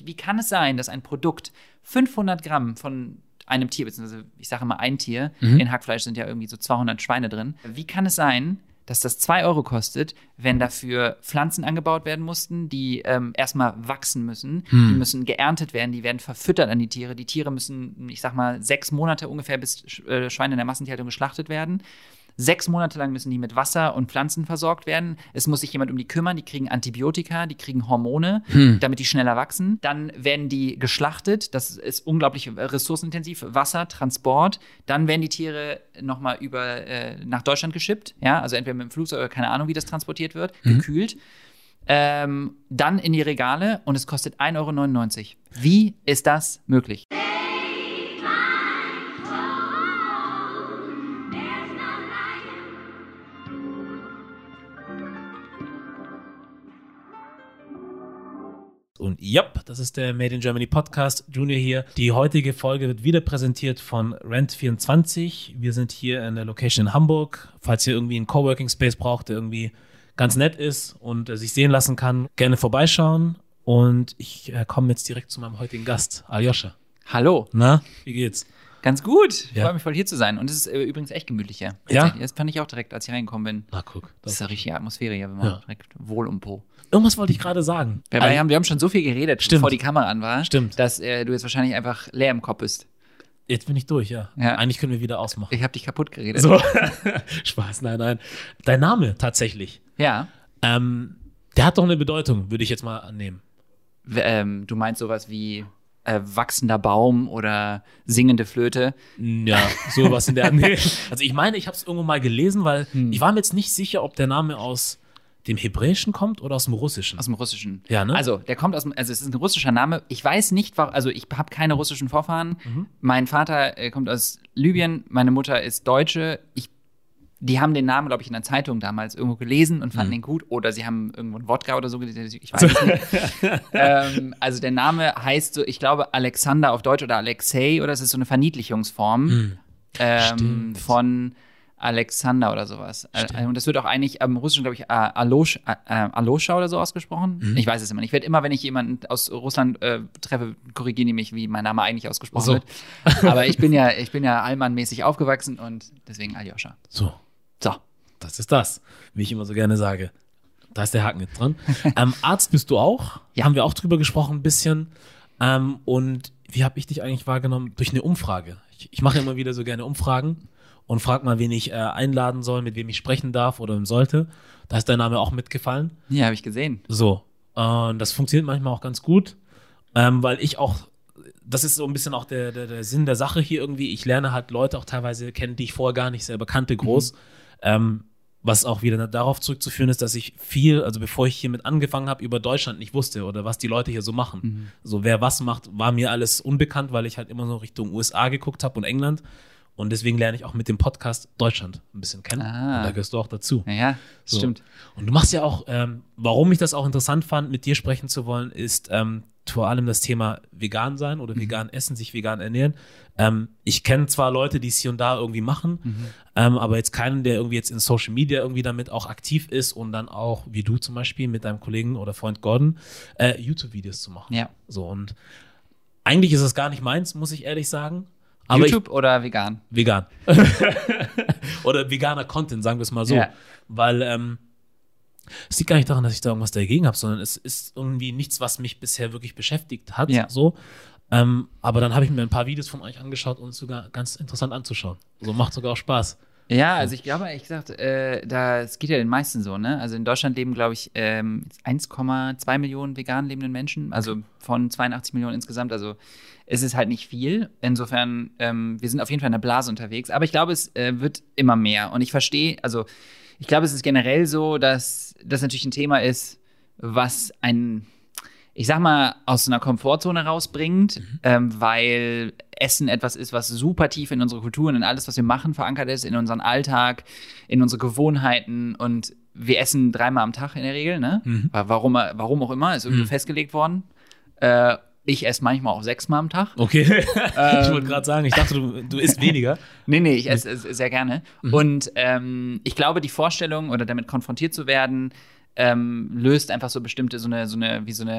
wie kann es sein, dass ein Produkt 500 Gramm von einem Tier, beziehungsweise ich sage mal ein Tier, in Hackfleisch sind ja irgendwie so 200 Schweine drin. Wie kann es sein, dass das 2 Euro kostet, wenn dafür Pflanzen angebaut werden mussten, die erstmal wachsen müssen, die müssen geerntet werden, die werden verfüttert an die Tiere müssen, ich sag mal, 6 Monate ungefähr, bis Schweine in der Massentierhaltung geschlachtet werden. 6 Monate lang müssen die mit Wasser und Pflanzen versorgt werden. Es muss sich jemand um die kümmern. Die kriegen Antibiotika, die kriegen Hormone, damit die schneller wachsen. Dann werden die geschlachtet. Das ist unglaublich ressourcenintensiv. Wasser, Transport. Dann werden die Tiere nochmal nach Deutschland geschippt. Ja, also entweder mit dem Flugzeug oder keine Ahnung, wie das transportiert wird. Gekühlt. Dann in die Regale und es kostet 1,99 Euro. Wie ist das möglich? Und ja, das ist der Made in Germany Podcast. Junior hier. Die heutige Folge wird wieder präsentiert von Rent24. Wir sind hier in der Location in Hamburg. Falls ihr irgendwie einen Coworking Space braucht, der irgendwie ganz nett ist und sich sehen lassen kann, gerne vorbeischauen. Und ich komme jetzt direkt zu meinem heutigen Gast, Aljoscha. Hallo. Na, wie geht's? Ganz gut. Ich Ja. freue mich voll, hier zu sein. Und es ist übrigens echt gemütlich hier. Ja? Das fand ich auch direkt, als ich reingekommen bin. Na, guck. Das ist ja richtige Atmosphäre hier, wenn man Ja. direkt wohl um Po. Irgendwas wollte ich gerade sagen. Wir haben schon so viel geredet, Stimmt. bevor die Kamera an war, Stimmt. dass du jetzt wahrscheinlich einfach leer im Kopf bist. Jetzt bin ich durch, ja. Ja. Eigentlich können wir wieder ausmachen. Ich habe dich kaputt geredet. So. Spaß, nein. Dein Name tatsächlich. Ja. Der hat doch eine Bedeutung, würde ich jetzt mal annehmen. Du meinst sowas wie wachsender Baum oder singende Flöte. Ja, sowas in der nee. Also ich meine, ich habe es irgendwo mal gelesen, weil ich war mir jetzt nicht sicher, ob der Name aus dem Hebräischen kommt oder aus dem Russischen. Aus dem Russischen. Ja, ne? Also, der kommt also es ist ein russischer Name. Ich weiß nicht, also ich habe keine russischen Vorfahren. Mein Vater kommt aus Libyen, meine Mutter ist Deutsche. Die haben den Namen, glaube ich, in der Zeitung damals irgendwo gelesen und fanden den gut. Oder sie haben irgendwo einen Wodka oder so gelesen. Ich weiß es nicht. Also der Name heißt so, ich glaube, Alexander auf Deutsch oder Alexei oder es ist so eine Verniedlichungsform Stimmt. von Alexander oder sowas. Und das wird auch eigentlich am Russischen, glaube ich, Alosha oder so ausgesprochen. Ich weiß es immer nicht. Ich werde immer, wenn ich jemanden aus Russland treffe, korrigieren die mich, wie mein Name eigentlich ausgesprochen wird. Aber ich bin ja Allmann-mäßig aufgewachsen und deswegen Aljoscha. So, So. das ist das, wie ich immer so gerne sage. Da ist der Haken jetzt dran. Arzt bist du auch. Ja. Haben wir auch drüber gesprochen ein bisschen. Und wie habe ich dich eigentlich wahrgenommen? Durch eine Umfrage. Ich mache immer wieder so gerne Umfragen und frage mal, wen ich einladen soll, mit wem ich sprechen darf oder sollte. Da ist dein Name auch mitgefallen. Ja, habe ich gesehen. So, und das funktioniert manchmal auch ganz gut, weil ich auch, das ist so ein bisschen auch der Sinn der Sache hier irgendwie, ich lerne halt Leute auch teilweise kennen, die ich vorher gar nicht selber kannte, groß, was auch wieder darauf zurückzuführen ist, dass ich viel, also bevor ich hiermit angefangen habe, über Deutschland nicht wusste oder was die Leute hier so machen. So, wer was macht, war mir alles unbekannt, weil ich halt immer so Richtung USA geguckt habe und England. Und deswegen lerne ich auch mit dem Podcast Deutschland ein bisschen kennen. Ah. Und da gehörst du auch dazu. Ja, das So. stimmt. Und du machst ja auch, warum ich das auch interessant fand, mit dir sprechen zu wollen, ist vor allem das Thema vegan sein oder vegan essen, sich vegan ernähren. Ich kenne zwar Leute, die es hier und da irgendwie machen, aber jetzt keinen, der irgendwie jetzt in Social Media irgendwie damit auch aktiv ist und dann auch, wie du zum Beispiel mit deinem Kollegen oder Freund Gordon, YouTube-Videos zu machen. Ja. So, und eigentlich ist es gar nicht meins, muss ich ehrlich sagen. Aber YouTube oder vegan? Vegan. Oder veganer Content, sagen wir es mal so. Ja. Weil es liegt gar nicht daran, dass ich da irgendwas dagegen habe, sondern es ist irgendwie nichts, was mich bisher wirklich beschäftigt hat. Ja. So. Aber dann habe ich mir ein paar Videos von euch angeschaut und es sogar ganz interessant anzuschauen. So, macht sogar auch Spaß. Ja, also ich glaube, ehrlich gesagt, es geht ja den meisten so, ne? Also in Deutschland leben, glaube ich, 1,2 Millionen vegan lebenden Menschen, also von 82 Millionen insgesamt. Also es ist halt nicht viel. Insofern, wir sind auf jeden Fall in der Blase unterwegs. Aber ich glaube, es wird immer mehr. Und ich verstehe, also ich glaube, es ist generell so, dass das natürlich ein Thema ist, was ich sag mal, aus einer Komfortzone rausbringt, weil Essen etwas ist, was super tief in unsere Kultur und in alles, was wir machen, verankert ist, in unseren Alltag, in unsere Gewohnheiten und wir essen 3-mal am Tag in der Regel, ne? Warum auch immer, ist irgendwie festgelegt worden. Ich esse manchmal auch 6-mal am Tag. Okay. Ich wollte gerade sagen, ich dachte, du isst weniger. Nee, ich esse sehr gerne. Und ich glaube, die Vorstellung oder damit konfrontiert zu werden, löst einfach so bestimmte, so eine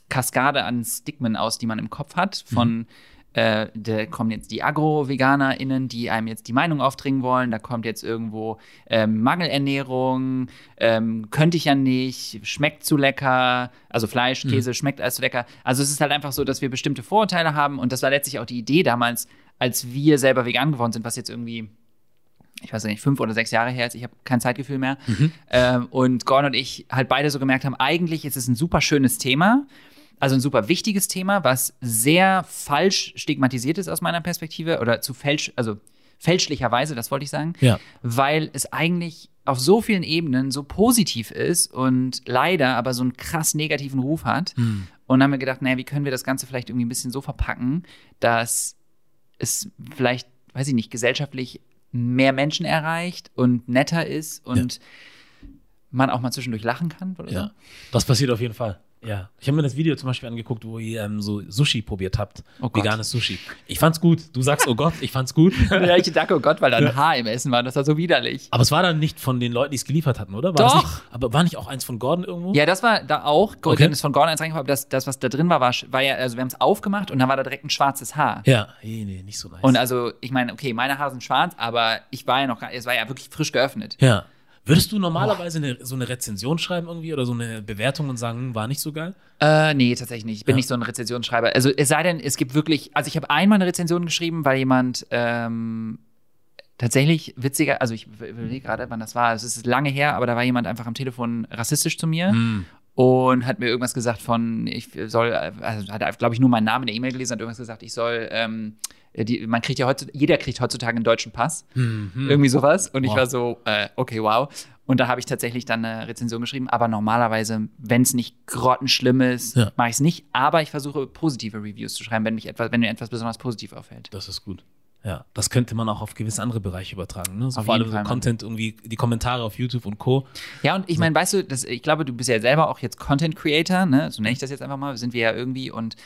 Kaskade an Stigmen aus, die man im Kopf hat, von da kommen jetzt die Agro-VeganerInnen, die einem jetzt die Meinung aufdringen wollen. Da kommt jetzt irgendwo Mangelernährung, könnte ich ja nicht, schmeckt zu lecker. Also Fleisch, Käse schmeckt alles zu lecker. Also es ist halt einfach so, dass wir bestimmte Vorurteile haben. Und das war letztlich auch die Idee damals, als wir selber vegan geworden sind, was jetzt irgendwie, ich weiß nicht, 5 oder 6 Jahre her ist. Ich habe kein Zeitgefühl mehr. Und Gordon und ich halt beide so gemerkt haben, eigentlich ist es ein super schönes Thema. Also ein super wichtiges Thema, was sehr falsch stigmatisiert ist aus meiner Perspektive oder fälschlicherweise, das wollte ich sagen, weil es eigentlich auf so vielen Ebenen so positiv ist und leider aber so einen krass negativen Ruf hat. Und dann haben wir gedacht, naja, wie können wir das Ganze vielleicht irgendwie ein bisschen so verpacken, dass es vielleicht, weiß ich nicht, gesellschaftlich mehr Menschen erreicht und netter ist und man auch mal zwischendurch lachen kann oder so. Das passiert auf jeden Fall. Ja, ich habe mir das Video zum Beispiel angeguckt, wo ihr so Sushi probiert habt. Veganes Sushi. Ich fand's gut. Du sagst, oh Gott, ich fand's gut. Ja, ich dachte, oh Gott, weil da ein Haar im Essen war. Das war so widerlich. Aber es war dann nicht von den Leuten, die es geliefert hatten, oder? Doch. Aber war nicht auch eins von Gordon irgendwo? Ja, das war da auch. Wir haben es von Gordon eins reingebracht, aber das, was da drin war ja, also wir haben es aufgemacht und dann war da direkt ein schwarzes Haar. Ja, nee, nicht so nice. Und also, ich meine, okay, meine Haare sind schwarz, aber es war ja wirklich frisch geöffnet. Ja. Würdest du normalerweise so eine Rezension schreiben irgendwie oder so eine Bewertung und sagen, war nicht so geil? Nee, tatsächlich nicht. Ich bin nicht so ein Rezensionsschreiber. Also es sei denn, es gibt wirklich, also ich habe einmal eine Rezension geschrieben, weil jemand tatsächlich witziger, also ich überlege gerade, wann das war. Also es ist lange her, aber da war jemand einfach am Telefon rassistisch zu mir. Und hat mir irgendwas gesagt von, ich soll, also hat, glaube ich, nur meinen Namen in der E-Mail gelesen, hat irgendwas gesagt, ich soll, jeder kriegt heutzutage einen deutschen Pass. Irgendwie sowas. Und ich war so, okay, wow. Und da habe ich tatsächlich dann eine Rezension geschrieben. Aber normalerweise, wenn es nicht grottenschlimm ist, mache ich es nicht. Aber ich versuche, positive Reviews zu schreiben, wenn mir etwas besonders positiv auffällt. Das ist gut. Ja, das könnte man auch auf gewisse andere Bereiche übertragen. Ne? So vor allem so Content, irgendwie die Kommentare auf YouTube und Co. Ja, und ich meine, weißt du, ich glaube, du bist ja selber auch jetzt Content Creator, ne? So nenne ich das jetzt einfach mal, sind wir ja irgendwie und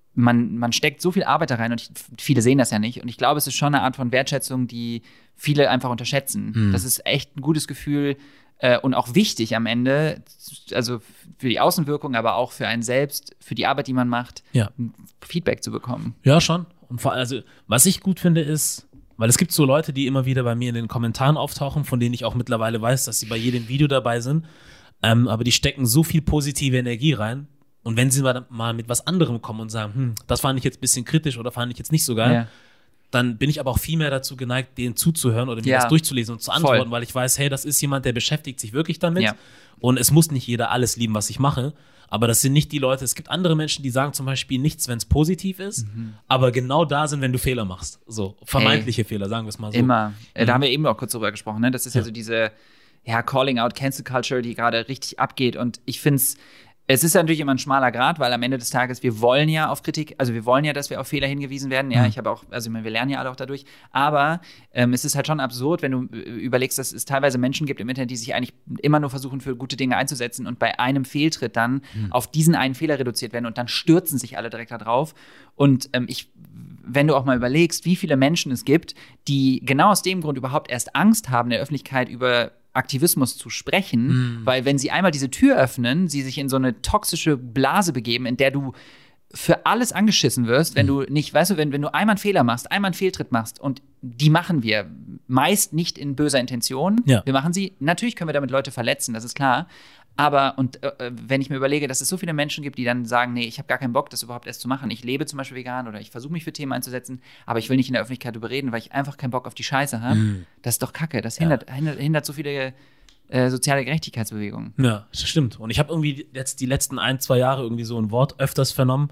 man steckt so viel Arbeit da rein und viele sehen das ja nicht. Und ich glaube, es ist schon eine Art von Wertschätzung, die viele einfach unterschätzen. Das ist echt ein gutes Gefühl und auch wichtig am Ende, also für die Außenwirkung, aber auch für einen selbst, für die Arbeit, die man macht, Feedback zu bekommen. Ja, schon. Und vor allem, also, was ich gut finde, ist, weil es gibt so Leute, die immer wieder bei mir in den Kommentaren auftauchen, von denen ich auch mittlerweile weiß, dass sie bei jedem Video dabei sind, aber die stecken so viel positive Energie rein. Und wenn sie mal mit was anderem kommen und sagen, das fand ich jetzt ein bisschen kritisch oder fand ich jetzt nicht so geil, dann bin ich aber auch viel mehr dazu geneigt, denen zuzuhören oder mir das durchzulesen und zu antworten, weil ich weiß, hey, das ist jemand, der beschäftigt sich wirklich damit. Ja. Und es muss nicht jeder alles lieben, was ich mache. Aber das sind nicht die Leute, es gibt andere Menschen, die sagen zum Beispiel nichts, wenn es positiv ist, aber genau da sind, wenn du Fehler machst. So, vermeintliche Fehler, sagen wir es mal so. Immer. Da haben wir eben auch kurz drüber gesprochen, ne? Das ist ja so diese Calling out Cancel Culture, die gerade richtig abgeht. Und ich finde es ist natürlich immer ein schmaler Grat, weil am Ende des Tages, wir wollen ja auf Kritik, also wir wollen ja, dass wir auf Fehler hingewiesen werden. Ja, ich habe auch, also wir lernen ja alle auch dadurch. Aber es ist halt schon absurd, wenn du überlegst, dass es teilweise Menschen gibt im Internet, die sich eigentlich immer nur versuchen, für gute Dinge einzusetzen und bei einem Fehltritt dann auf diesen einen Fehler reduziert werden und dann stürzen sich alle direkt da drauf. Und wenn du auch mal überlegst, wie viele Menschen es gibt, die genau aus dem Grund überhaupt erst Angst haben, in der Öffentlichkeit über Aktivismus zu sprechen, weil wenn sie einmal diese Tür öffnen, sie sich in so eine toxische Blase begeben, in der du für alles angeschissen wirst, wenn du nicht, weißt du, wenn du einmal einen Fehler machst, einmal einen Fehltritt machst und die machen wir meist nicht in böser Intention. Ja. Wir machen sie, natürlich können wir damit Leute verletzen, das ist klar. Aber, wenn ich mir überlege, dass es so viele Menschen gibt, die dann sagen, nee, ich habe gar keinen Bock, das überhaupt erst zu machen. Ich lebe zum Beispiel vegan oder ich versuche mich für Themen einzusetzen, aber ich will nicht in der Öffentlichkeit darüber reden, weil ich einfach keinen Bock auf die Scheiße habe. Das ist doch Kacke. Das hindert so viele soziale Gerechtigkeitsbewegungen. Ja, das stimmt. Und ich habe irgendwie jetzt die letzten 1-2 Jahre irgendwie so ein Wort öfters vernommen.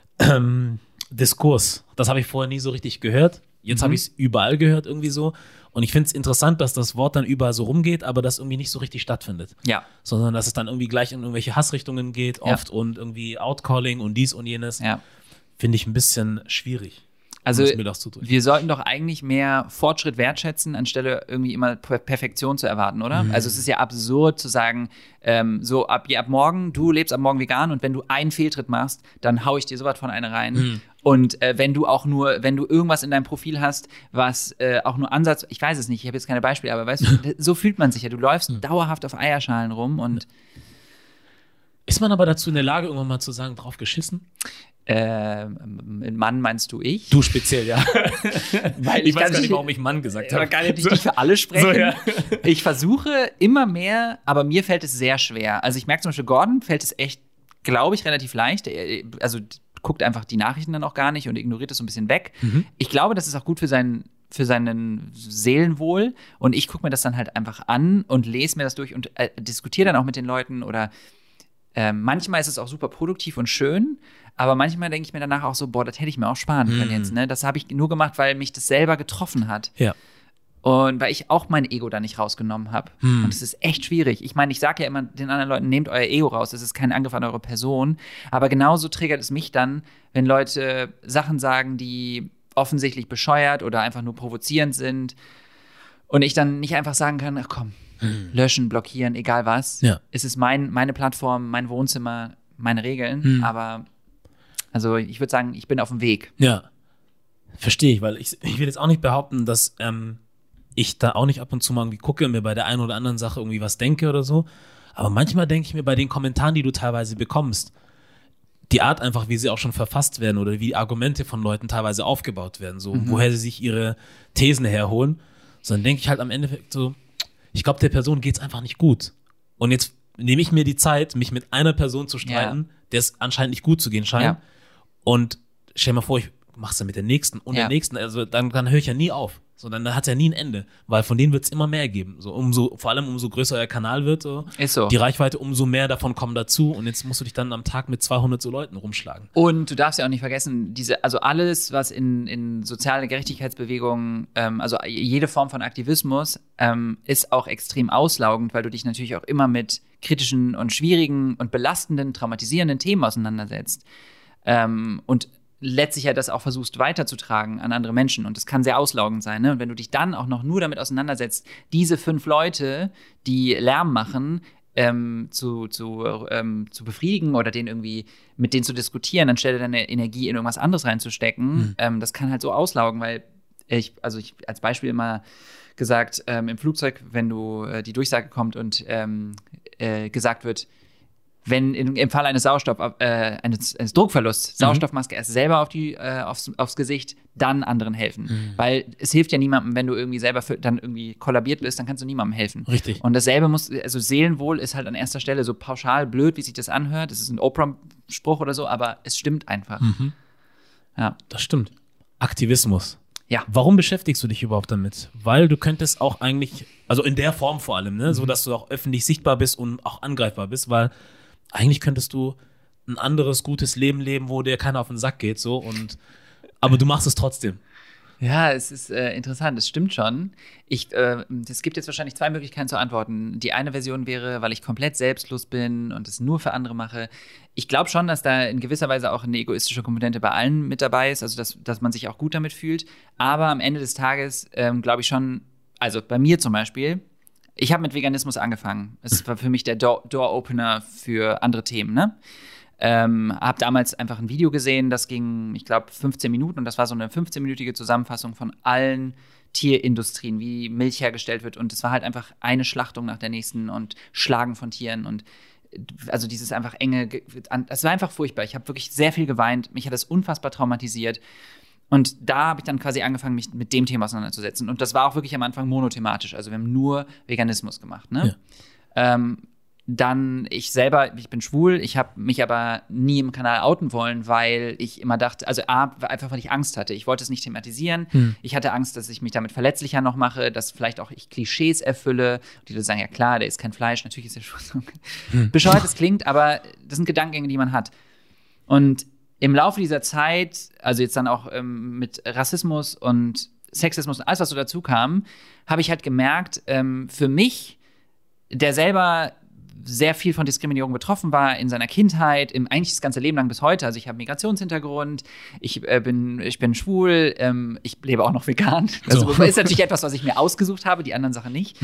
Diskurs. Das habe ich vorher nie so richtig gehört. Jetzt habe ich es überall gehört irgendwie so. Und ich finde es interessant, dass das Wort dann überall so rumgeht, aber das irgendwie nicht so richtig stattfindet. Ja. Sondern dass es dann irgendwie gleich in irgendwelche Hassrichtungen geht, oft und irgendwie Outcalling und dies und jenes. Ja. Finde ich ein bisschen schwierig. Also wir sollten doch eigentlich mehr Fortschritt wertschätzen, anstelle irgendwie immer Perfektion zu erwarten, oder? Also es ist ja absurd zu sagen, so ab morgen, du lebst ab morgen vegan und wenn du einen Fehltritt machst, dann hau ich dir sowas von einer rein. Und wenn du irgendwas in deinem Profil hast, was auch nur Ansatz, ich weiß es nicht, ich habe jetzt keine Beispiele, aber weißt du, so fühlt man sich ja. Du läufst dauerhaft auf Eierschalen rum und Ist man aber dazu in der Lage, irgendwann mal zu sagen, drauf geschissen? Mann meinst du ich? Du speziell, ja. Weil ich weiß gar nicht, warum ich Mann gesagt habe. Man kann nicht für alle sprechen. So, ja. Ich versuche immer mehr, aber mir fällt es sehr schwer. Also ich merke zum Beispiel, Gordon fällt es echt, glaube ich, relativ leicht. Also guckt einfach die Nachrichten dann auch gar nicht und ignoriert es so ein bisschen weg. Ich glaube, das ist auch gut für seinen Seelenwohl. Und ich gucke mir das dann halt einfach an und lese mir das durch und diskutiere dann auch mit den Leuten oder manchmal ist es auch super produktiv und schön, aber manchmal denke ich mir danach auch so, boah, das hätte ich mir auch sparen können jetzt, ne? Das habe ich nur gemacht, weil mich das selber getroffen hat. Ja. Und weil ich auch mein Ego da nicht rausgenommen habe. Und es ist echt schwierig. Ich meine, ich sage ja immer den anderen Leuten, nehmt euer Ego raus, das ist kein Angriff an eure Person. Aber genauso triggert es mich dann, wenn Leute Sachen sagen, die offensichtlich bescheuert oder einfach nur provozierend sind. Und ich dann nicht einfach sagen kann, ach komm, löschen, blockieren, egal was. Ja. Es ist meine Plattform, mein Wohnzimmer, meine Regeln. Aber also ich würde sagen, ich bin auf dem Weg. Ja. Verstehe ich, weil ich will jetzt auch nicht behaupten, dass ich da auch nicht ab und zu mal irgendwie gucke und mir bei der einen oder anderen Sache irgendwie was denke oder so. Aber manchmal denke ich mir bei den Kommentaren, die du teilweise bekommst, die Art einfach, wie sie auch schon verfasst werden oder wie die Argumente von Leuten teilweise aufgebaut werden, so woher sie sich ihre Thesen herholen. So, dann denke ich halt am Endeffekt so, ich glaube, der Person geht's einfach nicht gut. Und jetzt nehme ich mir die Zeit, mich mit einer Person zu streiten, der es anscheinend nicht gut zu gehen scheint. Ja. Und stell dir mal vor, ich mach's dann mit der nächsten und der nächsten. Also dann höre ich ja nie auf. So, dann hat es ja nie ein Ende. Weil von denen wird es immer mehr geben. So, vor allem umso größer euer Kanal wird, Ist so. Die Reichweite, umso mehr davon kommen dazu. Und jetzt musst du dich dann am Tag mit 200 so Leuten rumschlagen. Und du darfst ja auch nicht vergessen, also alles, was in soziale Gerechtigkeitsbewegungen, also jede Form von Aktivismus, ist auch extrem auslaugend, weil du dich natürlich auch immer mit kritischen und schwierigen und belastenden, traumatisierenden Themen auseinandersetzt. Und letztlich ja das auch versuchst weiterzutragen an andere Menschen. Und das kann sehr auslaugend sein. Ne? Und wenn du dich dann auch noch nur damit auseinandersetzt, diese 5 Leute, die Lärm machen, zu befriedigen oder mit denen zu diskutieren, anstelle deine Energie in irgendwas anderes reinzustecken, das kann halt so auslaugen, weil ich als Beispiel immer gesagt, im Flugzeug, wenn die Durchsage kommt und gesagt wird, wenn im Fall eines eines Druckverlusts Sauerstoffmaske erst selber aufs Gesicht, dann anderen helfen. Weil es hilft ja niemandem, wenn du irgendwie selber dann irgendwie kollabiert bist, dann kannst du niemandem helfen. Richtig. Und dasselbe also Seelenwohl ist halt an erster Stelle so pauschal blöd, wie sich das anhört. Das ist ein Oprah-Spruch oder so, aber es stimmt einfach. Ja. Das stimmt. Aktivismus. Ja. Warum beschäftigst du dich überhaupt damit? Weil du könntest auch eigentlich, also in der Form vor allem, ne, so dass du auch öffentlich sichtbar bist und auch angreifbar bist, weil eigentlich könntest du ein anderes, gutes Leben leben, wo dir keiner auf den Sack geht, aber du machst es trotzdem. Ja, es ist interessant, es stimmt schon. Es gibt jetzt wahrscheinlich 2 Möglichkeiten zu antworten. Die eine Version wäre, weil ich komplett selbstlos bin und es nur für andere mache. Ich glaube schon, dass da in gewisser Weise auch eine egoistische Komponente bei allen mit dabei ist, also dass man sich auch gut damit fühlt. Aber am Ende des Tages glaube ich schon, also bei mir zum Beispiel, ich habe mit Veganismus angefangen. Es war für mich der Door-Opener für andere Themen, ne? Habe damals einfach ein Video gesehen, das ging, ich glaube, 15 Minuten und das war so eine 15-minütige Zusammenfassung von allen Tierindustrien, wie Milch hergestellt wird und es war halt einfach eine Schlachtung nach der nächsten und Schlagen von Tieren und also dieses einfach es war einfach furchtbar. Ich habe wirklich sehr viel geweint, mich hat das unfassbar traumatisiert. Und da habe ich dann quasi angefangen, mich mit dem Thema auseinanderzusetzen. Und das war auch wirklich am Anfang monothematisch. Also wir haben nur Veganismus gemacht. Ne? Ja. Dann ich bin schwul. Ich habe mich aber nie im Kanal outen wollen, weil ich immer dachte, also einfach weil ich Angst hatte. Ich wollte es nicht thematisieren. Ich hatte Angst, dass ich mich damit verletzlicher noch mache, dass vielleicht auch ich Klischees erfülle. Die Leute sagen, ja klar, der isst kein Fleisch. Natürlich ist der schon so bescheuert, es klingt, aber das sind Gedankengänge, die man hat. Und im Laufe dieser Zeit, also jetzt dann auch mit Rassismus und Sexismus und alles, was so dazu kam, habe ich halt gemerkt, für mich, der selber sehr viel von Diskriminierung betroffen war in seiner Kindheit, eigentlich das ganze Leben lang bis heute. Also ich habe Migrationshintergrund, ich bin schwul, ich lebe auch noch vegan. Das ist natürlich etwas, was ich mir ausgesucht habe, die anderen Sachen nicht.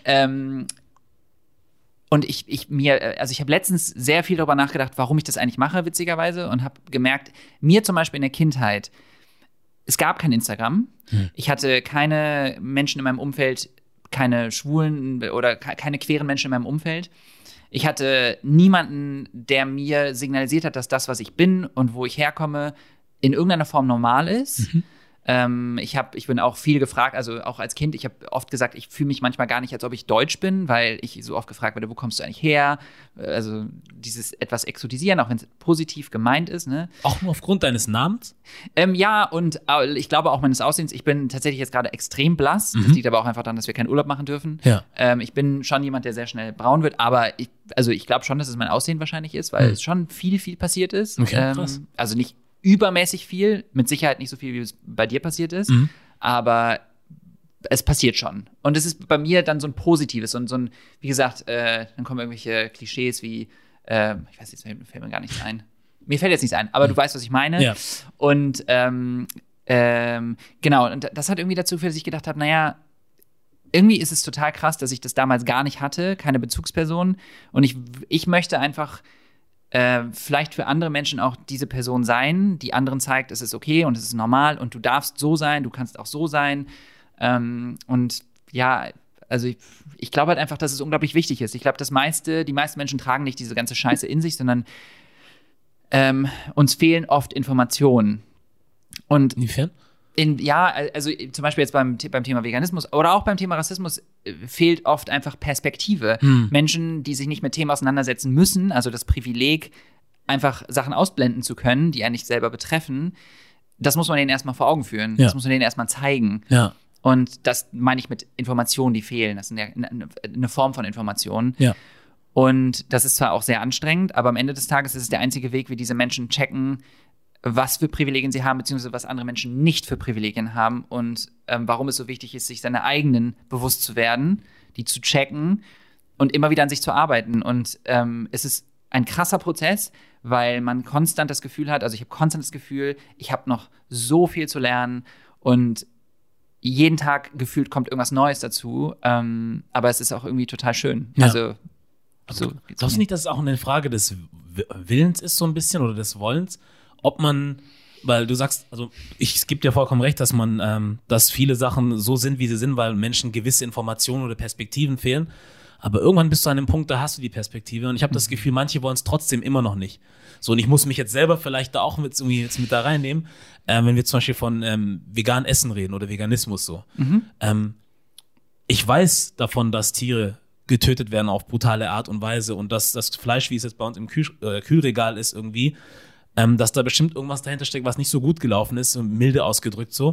Und ich habe letztens sehr viel darüber nachgedacht, warum ich das eigentlich mache, witzigerweise, und habe gemerkt, mir zum Beispiel in der Kindheit, es gab kein Instagram. Ich hatte keine Menschen in meinem Umfeld, keine Schwulen oder keine queeren Menschen in meinem Umfeld. Ich hatte niemanden, der mir signalisiert hat, dass das, was ich bin und wo ich herkomme, in irgendeiner Form normal ist. Ich bin auch viel gefragt, also auch als Kind, ich habe oft gesagt, ich fühle mich manchmal gar nicht, als ob ich deutsch bin, weil ich so oft gefragt werde, wo kommst du eigentlich her? Also dieses etwas Exotisieren, auch wenn es positiv gemeint ist. Ne? Auch nur aufgrund deines Namens? Ja, und ich glaube auch meines Aussehens. Ich bin tatsächlich jetzt gerade extrem blass. Das liegt aber auch einfach daran, dass wir keinen Urlaub machen dürfen. Ja. Ich bin schon jemand, der sehr schnell braun wird, aber ich glaube schon, dass es mein Aussehen wahrscheinlich ist, weil es schon viel passiert ist. Okay, krass. Also nicht übermäßig viel, mit Sicherheit nicht so viel, wie es bei dir passiert ist, aber es passiert schon. Und es ist bei mir dann so ein Positives und so ein, wie gesagt, dann kommen irgendwelche Klischees wie, ich weiß jetzt, fällt mir gar nichts ein. Mir fällt jetzt nichts ein, aber du weißt, was ich meine. Ja. Und genau, und das hat irgendwie dazu geführt, dass ich gedacht habe, naja, irgendwie ist es total krass, dass ich das damals gar nicht hatte, keine Bezugsperson. Und ich möchte einfach vielleicht für andere Menschen auch diese Person sein, die anderen zeigt, es ist okay und es ist normal und du darfst so sein, du kannst auch so sein. Und ja, also ich glaube halt einfach, dass es unglaublich wichtig ist. Ich glaube, die meisten Menschen tragen nicht diese ganze Scheiße in sich, sondern uns fehlen oft Informationen. Und inwiefern? Also zum Beispiel jetzt beim Thema Veganismus oder auch beim Thema Rassismus fehlt oft einfach Perspektive. Menschen, die sich nicht mit Themen auseinandersetzen müssen, also das Privileg, einfach Sachen ausblenden zu können, die einen nicht selber betreffen, das muss man denen erstmal vor Augen führen. Ja. Das muss man denen erstmal zeigen. Ja. Und das meine ich mit Informationen, die fehlen. Das sind ja eine Form von Informationen. Ja. Und das ist zwar auch sehr anstrengend, aber am Ende des Tages ist es der einzige Weg, wie diese Menschen checken, was für Privilegien sie haben, beziehungsweise was andere Menschen nicht für Privilegien haben und warum es so wichtig ist, sich seine eigenen bewusst zu werden, die zu checken und immer wieder an sich zu arbeiten. Und es ist ein krasser Prozess, weil man konstant das Gefühl hat, also ich habe konstant das Gefühl, ich habe noch so viel zu lernen und jeden Tag gefühlt kommt irgendwas Neues dazu, aber es ist auch irgendwie total schön. Ja. Also glaubst du nicht, dass es auch eine Frage des Willens ist so ein bisschen oder des Wollens? Ob man, weil du sagst, also es gibt dir vollkommen recht, dass dass viele Sachen so sind, wie sie sind, weil Menschen gewisse Informationen oder Perspektiven fehlen. Aber irgendwann bist du an einem Punkt, da hast du die Perspektive. Und ich habe das Gefühl, manche wollen es trotzdem immer noch nicht. So, und ich muss mich jetzt selber vielleicht da auch mit da reinnehmen, wenn wir zum Beispiel von vegan Essen reden oder Veganismus so. Ich weiß davon, dass Tiere getötet werden auf brutale Art und Weise und dass das Fleisch, wie es jetzt bei uns im Kühlregal ist irgendwie, dass da bestimmt irgendwas dahinter steckt, was nicht so gut gelaufen ist, milde ausgedrückt so.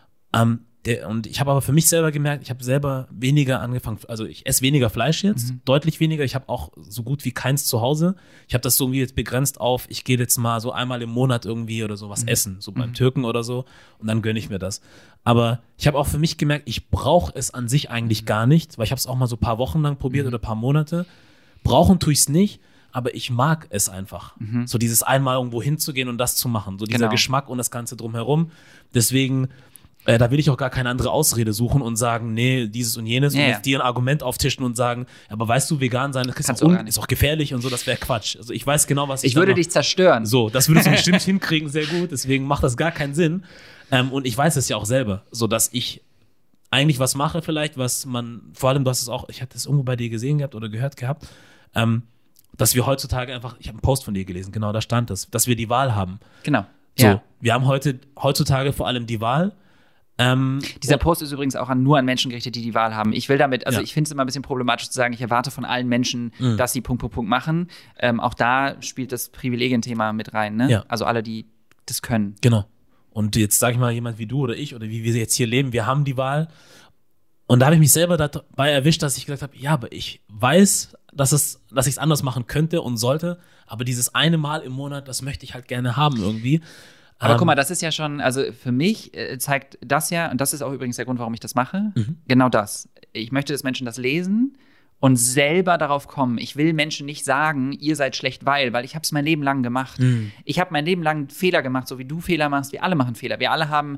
Und ich habe aber für mich selber gemerkt, ich habe selber weniger angefangen, also ich esse weniger Fleisch jetzt, deutlich weniger. Ich habe auch so gut wie keins zu Hause. Ich habe das so irgendwie jetzt begrenzt auf, ich gehe jetzt mal so einmal im Monat irgendwie oder so was essen, so beim Türken oder so und dann gönne ich mir das. Aber ich habe auch für mich gemerkt, ich brauche es an sich eigentlich gar nicht, weil ich habe es auch mal so ein paar Wochen lang probiert oder ein paar Monate. Brauchen tue ich es nicht. Aber ich mag es einfach. So dieses einmal irgendwo hinzugehen und das zu machen. So dieser Geschmack und das Ganze drumherum. Deswegen, da will ich auch gar keine andere Ausrede suchen und sagen, nee, dieses und jenes und jetzt dir ein Argument auftischen und sagen, aber weißt du, vegan sein, das ist auch gefährlich und so, das wäre Quatsch. Also ich weiß genau, was ich würde dich zerstören. So, das würdest du bestimmt hinkriegen, sehr gut. Deswegen macht das gar keinen Sinn. Und ich weiß es ja auch selber, so dass ich eigentlich was mache vielleicht, was man, vor allem du hast es auch, ich hatte es irgendwo bei dir gesehen gehabt oder gehört gehabt, dass wir heutzutage einfach, ich habe einen Post von dir gelesen, genau, da stand das, dass wir die Wahl haben. Genau. So, wir haben heutzutage vor allem die Wahl. Dieser Post ist übrigens auch nur an Menschen gerichtet, die die Wahl haben. Ich will damit, also ich finde es immer ein bisschen problematisch zu sagen, ich erwarte von allen Menschen, dass sie ... machen. Auch da spielt das Privilegienthema mit rein, ne? Ja. Also alle, die das können. Genau. Und jetzt sage ich mal, jemand wie du oder ich oder wie wir jetzt hier leben, wir haben die Wahl. Und da habe ich mich selber dabei erwischt, dass ich gesagt habe, ja, aber ich weiß, dass ich es anders machen könnte und sollte, aber dieses eine Mal im Monat, das möchte ich halt gerne haben irgendwie. Aber guck mal, das ist ja schon, also für mich zeigt das ja, und das ist auch übrigens der Grund, warum ich das mache, genau das. Ich möchte, dass Menschen das lesen und selber darauf kommen. Ich will Menschen nicht sagen, ihr seid schlecht, weil ich habe es mein Leben lang gemacht. Ich habe mein Leben lang Fehler gemacht, so wie du Fehler machst. Wir alle machen Fehler. Wir alle haben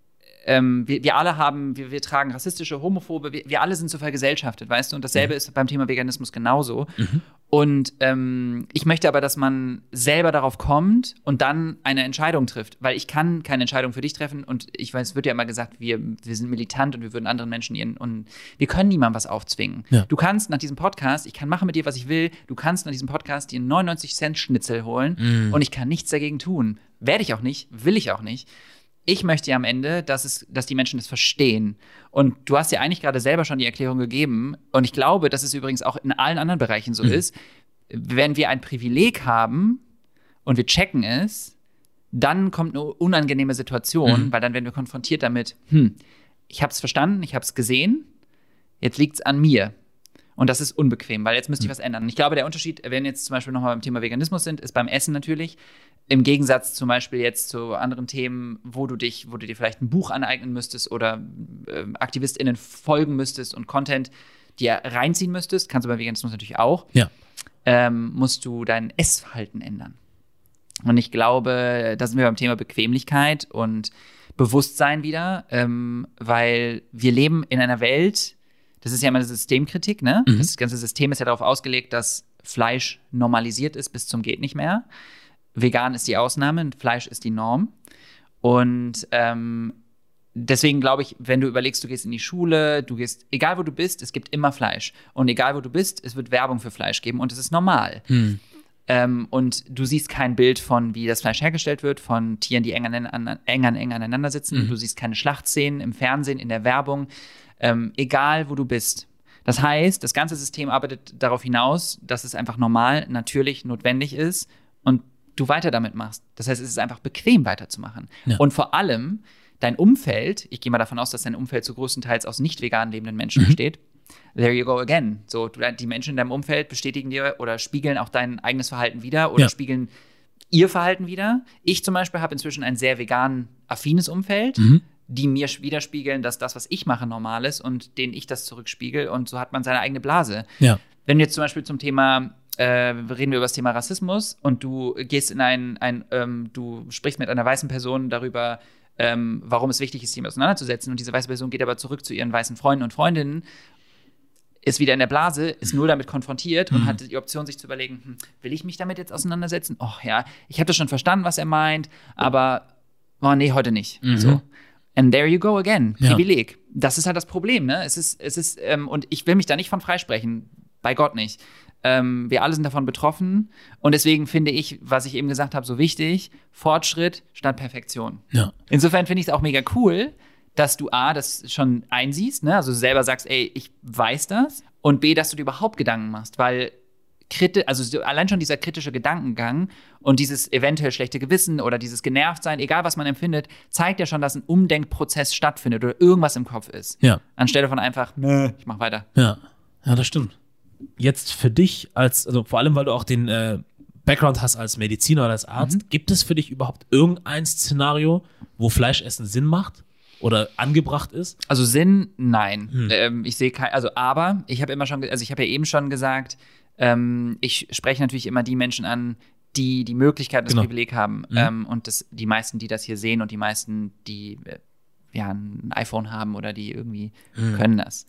wir tragen rassistische, homophobe, wir alle sind so vergesellschaftet, weißt du? Und dasselbe ist beim Thema Veganismus genauso. Und ich möchte aber, dass man selber darauf kommt und dann eine Entscheidung trifft. Weil ich kann keine Entscheidung für dich treffen. Und ich weiß, es wird ja immer gesagt, wir sind militant und wir würden anderen Menschen und wir können niemandem was aufzwingen. Ja. Du kannst nach diesem Podcast, ich kann machen mit dir, was ich will, du kannst nach diesem Podcast dir einen 99-Cent-Schnitzel holen und ich kann nichts dagegen tun. Werde ich auch nicht, will ich auch nicht. Ich möchte ja am Ende, dass die Menschen das verstehen. Und du hast ja eigentlich gerade selber schon die Erklärung gegeben. Und ich glaube, dass es übrigens auch in allen anderen Bereichen so ist. Wenn wir ein Privileg haben und wir checken es, dann kommt eine unangenehme Situation, weil dann werden wir konfrontiert damit, ich habe es verstanden, ich habe es gesehen, jetzt liegt es an mir. Und das ist unbequem, weil jetzt müsste ich was ändern. Und ich glaube, der Unterschied, wenn jetzt zum Beispiel nochmal beim Thema Veganismus sind, ist beim Essen natürlich. Im Gegensatz zum Beispiel jetzt zu anderen Themen, wo du dir vielleicht ein Buch aneignen müsstest oder AktivistInnen folgen müsstest und Content dir reinziehen müsstest, kannst du bei Veganismus natürlich auch, musst du dein Essverhalten ändern. Und ich glaube, da sind wir beim Thema Bequemlichkeit und Bewusstsein wieder, weil wir leben in einer Welt, das ist ja immer eine Systemkritik, ne? Das ganze System ist ja darauf ausgelegt, dass Fleisch normalisiert ist bis zum geht nicht mehr. Vegan ist die Ausnahme und Fleisch ist die Norm. Und deswegen glaube ich, wenn du überlegst, du gehst in die Schule, egal wo du bist, es gibt immer Fleisch. Und egal wo du bist, es wird Werbung für Fleisch geben und es ist normal. Und du siehst kein Bild von, wie das Fleisch hergestellt wird, von Tieren, die eng aneinander sitzen. Du siehst keine Schlachtszenen im Fernsehen, in der Werbung. Egal wo du bist. Das heißt, das ganze System arbeitet darauf hinaus, dass es einfach normal, natürlich, notwendig ist und du weiter damit machst. Das heißt, es ist einfach bequem weiterzumachen. Ja. Und vor allem dein Umfeld, ich gehe mal davon aus, dass dein Umfeld zu größtenteils aus nicht vegan lebenden Menschen besteht. There you go again. So, die Menschen in deinem Umfeld bestätigen dir oder spiegeln auch dein eigenes Verhalten wider oder spiegeln ihr Verhalten wider. Ich zum Beispiel habe inzwischen ein sehr vegan affines Umfeld, die mir widerspiegeln, dass das, was ich mache, normal ist und denen ich das zurückspiegel und so hat man seine eigene Blase. Ja. Wenn du jetzt zum Beispiel zum Thema reden wir über das Thema Rassismus und du gehst in du sprichst mit einer weißen Person darüber, warum es wichtig ist, sich auseinanderzusetzen und diese weiße Person geht aber zurück zu ihren weißen Freunden und Freundinnen, ist wieder in der Blase, ist null damit konfrontiert und hat die Option, sich zu überlegen, will ich mich damit jetzt auseinandersetzen? Oh ja, ich habe das schon verstanden, was er meint, aber nee, heute nicht. So. And there you go again. Privileg. Das ist halt das Problem, ne? Es ist, und ich will mich da nicht von freisprechen, bei Gott nicht. Wir alle sind davon betroffen und deswegen finde ich, was ich eben gesagt habe, so wichtig, Fortschritt statt Perfektion. Ja. Insofern finde ich es auch mega cool, dass du A, das schon einsiehst, ne? Also selber sagst, ey, ich weiß das und B, dass du dir überhaupt Gedanken machst, weil allein schon dieser kritische Gedankengang und dieses eventuell schlechte Gewissen oder dieses Genervtsein, egal was man empfindet, zeigt ja schon, dass ein Umdenkprozess stattfindet oder irgendwas im Kopf ist. Ja. Anstelle von einfach, ich mach weiter. Ja, das stimmt. Jetzt für dich also vor allem, weil du auch den Background hast als Mediziner oder als Arzt, gibt es für dich überhaupt irgendein Szenario, wo Fleischessen Sinn macht oder angebracht ist? Also Sinn, nein. Ich sehe aber ich habe ja eben schon gesagt, ich spreche natürlich immer die Menschen an, die die Möglichkeit, das Privileg haben. Und die meisten, die das hier sehen und die meisten, die ein iPhone haben oder die irgendwie können das.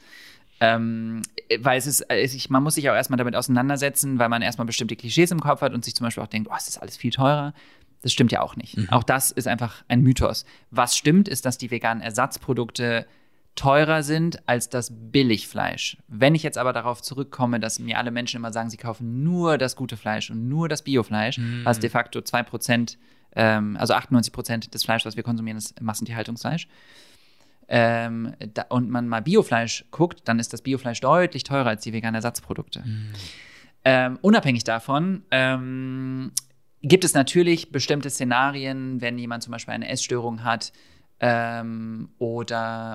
Weil man muss sich auch erstmal damit auseinandersetzen, weil man erstmal bestimmte Klischees im Kopf hat und sich zum Beispiel auch denkt, es ist alles viel teurer. Das stimmt ja auch nicht. Auch das ist einfach ein Mythos. Was stimmt, ist, dass die veganen Ersatzprodukte teurer sind als das Billigfleisch. Wenn ich jetzt aber darauf zurückkomme, dass mir alle Menschen immer sagen, sie kaufen nur das gute Fleisch und nur das Biofleisch, was de facto 2%, also 98% des Fleisches, was wir konsumieren, ist Massentierhaltungsfleisch. Und man mal Biofleisch guckt, dann ist das Biofleisch deutlich teurer als die veganen Ersatzprodukte. Unabhängig davon gibt es natürlich bestimmte Szenarien, wenn jemand zum Beispiel eine Essstörung hat oder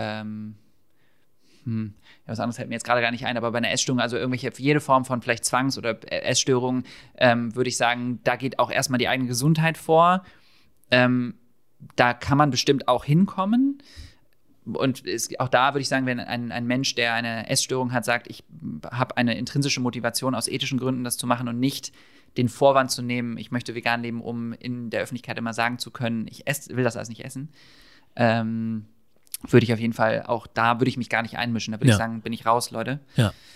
was anderes fällt mir jetzt gerade gar nicht ein, aber bei einer Essstörung, also jede Form von vielleicht Zwangs- oder Essstörung, würde ich sagen, da geht auch erstmal die eigene Gesundheit vor. Da kann man bestimmt auch hinkommen. Und auch da würde ich sagen, wenn ein Mensch, der eine Essstörung hat, sagt, ich habe eine intrinsische Motivation aus ethischen Gründen, das zu machen und nicht den Vorwand zu nehmen, ich möchte vegan leben, um in der Öffentlichkeit immer sagen zu können, ich will das alles nicht essen, würde ich auf jeden Fall, auch da würde ich mich gar nicht einmischen. Da würde ich sagen, bin ich raus, Leute. Ja.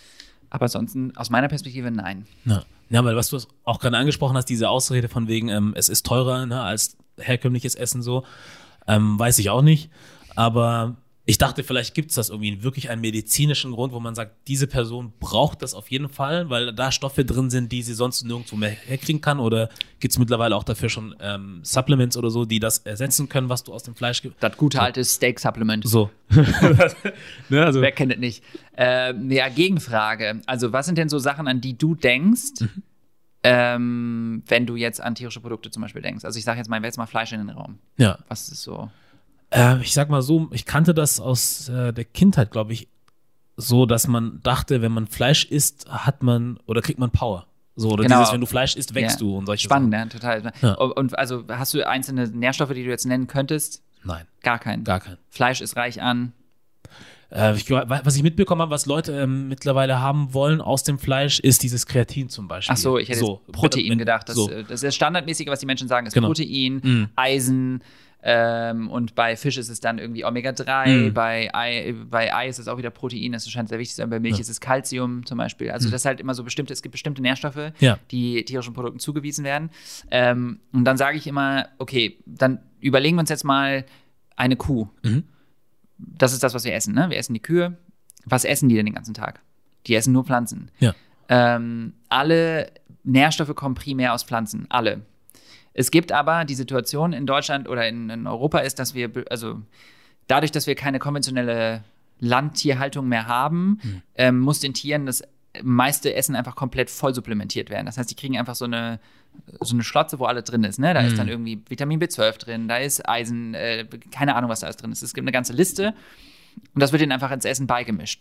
Aber ansonsten, aus meiner Perspektive, nein. Ja, weil was du auch gerade angesprochen hast, diese Ausrede von wegen, es ist teurer, ne, als herkömmliches Essen so, weiß ich auch nicht. Aber ich dachte, vielleicht gibt es das irgendwie wirklich einen medizinischen Grund, wo man sagt, diese Person braucht das auf jeden Fall, weil da Stoffe drin sind, die sie sonst nirgendwo mehr herkriegen kann. Oder gibt es mittlerweile auch dafür schon Supplements oder so, die das ersetzen können, was du aus dem Fleisch gibst? Das gute alte Steak-Supplement. So. Ne, also. Wer kennt es nicht? Ja, Gegenfrage. Also was sind denn so Sachen, an die du denkst, wenn du jetzt an tierische Produkte zum Beispiel denkst? Also ich sage jetzt mal, jetzt mal Fleisch in den Raum. Ja. Was ist so? Ich sag mal so, ich kannte das aus der Kindheit, glaube ich, so, dass man dachte, wenn man Fleisch isst, kriegt man Power. So, oder Genau. wenn du Fleisch isst, wächst du und solche Spannend, Sachen. ja, total. Ja. Und also hast du einzelne Nährstoffe, die du jetzt nennen könntest? Nein. Gar keinen. Fleisch ist reich an. Was ich mitbekommen habe, was Leute mittlerweile haben wollen aus dem Fleisch, ist dieses Kreatin zum Beispiel. Ach so, ich hätte jetzt Protein gedacht. Das ist das Standardmäßige, was die Menschen sagen, ist Protein, Eisen. Und bei Fisch ist es dann irgendwie Omega-3, bei Ei ist es auch wieder Protein, das scheint sehr wichtig zu sein, bei Milch ist es Calcium zum Beispiel. Also das ist halt immer so es gibt bestimmte Nährstoffe, die tierischen Produkten zugewiesen werden. Und dann sage ich immer, okay, dann überlegen wir uns jetzt mal eine Kuh. Das ist das, was wir essen, ne? Wir essen die Kühe. Was essen die denn den ganzen Tag? Die essen nur Pflanzen. Ja. Alle Nährstoffe kommen primär aus Pflanzen, alle. Es gibt aber die Situation in Deutschland oder in Europa ist, dass wir, also dadurch, dass wir keine konventionelle Landtierhaltung mehr haben, muss den Tieren das meiste Essen einfach komplett voll supplementiert werden. Das heißt, die kriegen einfach so eine Schlotze, wo alles drin ist. Ne? Da ist dann irgendwie Vitamin B12 drin, da ist Eisen, keine Ahnung, was da alles drin ist. Es gibt eine ganze Liste und das wird ihnen einfach ins Essen beigemischt.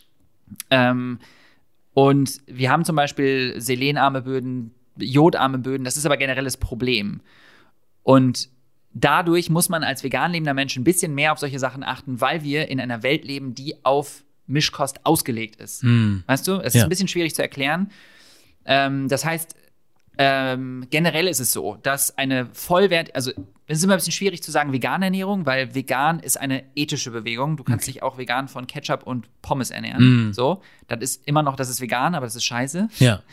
Und wir haben zum Beispiel selenarme Böden, jodarme Böden, das ist aber generelles Problem. Und dadurch muss man als vegan lebender Mensch ein bisschen mehr auf solche Sachen achten, weil wir in einer Welt leben, die auf Mischkost ausgelegt ist. Weißt du? Es ist ein bisschen schwierig zu erklären. Das heißt, generell ist es so, dass eine also es ist immer ein bisschen schwierig zu sagen vegane Ernährung, weil vegan ist eine ethische Bewegung. Du kannst dich auch vegan von Ketchup und Pommes ernähren. So, das ist vegan, aber das ist scheiße. Ja.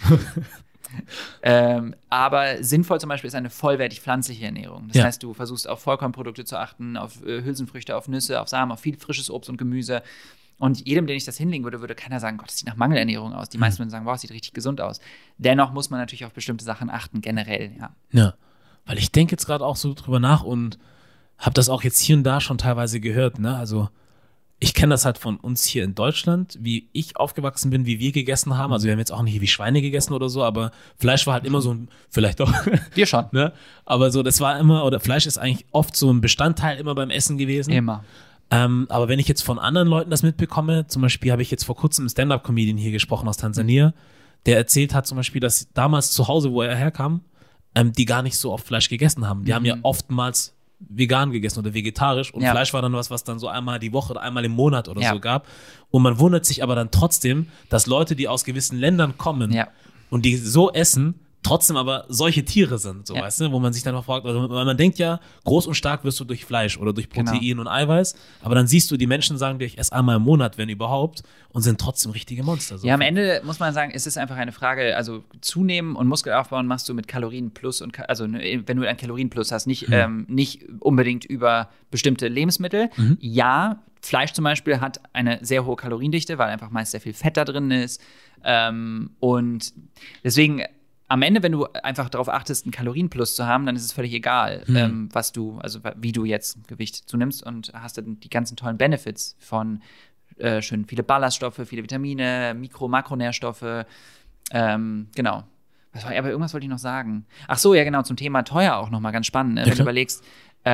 Aber sinnvoll zum Beispiel ist eine vollwertig pflanzliche Ernährung. Das heißt, du versuchst auf Vollkornprodukte zu achten, auf Hülsenfrüchte, auf Nüsse, auf Samen, auf viel frisches Obst und Gemüse. Und jedem, den ich das hinlegen würde keiner sagen, Gott, das sieht nach Mangelernährung aus. Die meisten würden sagen, wow, es sieht richtig gesund aus. Dennoch muss man natürlich auf bestimmte Sachen achten, generell, Ja, weil ich denke jetzt gerade auch so drüber nach und habe das auch jetzt hier und da schon teilweise gehört, ne? Also ich kenne das halt von uns hier in Deutschland, wie ich aufgewachsen bin, wie wir gegessen haben. Also wir haben jetzt auch nicht wie Schweine gegessen oder so, aber Fleisch war halt immer so vielleicht doch. Wir schon. Ne? Aber so, das war immer, oder Fleisch ist eigentlich oft so ein Bestandteil immer beim Essen gewesen. Immer. Aber wenn ich jetzt von anderen Leuten das mitbekomme, zum Beispiel habe ich jetzt vor kurzem einen Stand-Up-Comedian hier gesprochen aus Tansania, der erzählt hat zum Beispiel, dass damals zu Hause, wo er herkam, die gar nicht so oft Fleisch gegessen haben. Die haben ja oftmals vegan gegessen oder vegetarisch und Fleisch war dann was dann so einmal die Woche oder einmal im Monat oder so gab. Und man wundert sich aber dann trotzdem, dass Leute, die aus gewissen Ländern kommen und die so essen, trotzdem aber solche Tiere sind, so weißt du, wo man sich dann auch fragt, also man denkt ja, groß und stark wirst du durch Fleisch oder durch Protein und Eiweiß, aber dann siehst du, die Menschen sagen dir, ich esse einmal im Monat, wenn überhaupt, und sind trotzdem richtige Monster. So. Ja, am Ende muss man sagen, es ist einfach eine Frage, also zunehmen und Muskel aufbauen machst du mit Kalorienplus und also wenn du einen Kalorienplus hast, nicht unbedingt über bestimmte Lebensmittel. Ja, Fleisch zum Beispiel hat eine sehr hohe Kaloriendichte, weil einfach meist sehr viel Fett da drin ist. Und deswegen am Ende, wenn du einfach darauf achtest, einen Kalorienplus zu haben, dann ist es völlig egal, wie du jetzt Gewicht zunimmst und hast dann die ganzen tollen Benefits von schön viele Ballaststoffe, viele Vitamine, Makronährstoffe. Genau. Aber irgendwas wollte ich noch sagen. Ach so, ja genau, zum Thema teuer auch nochmal ganz spannend. Ne? Wenn du überlegst,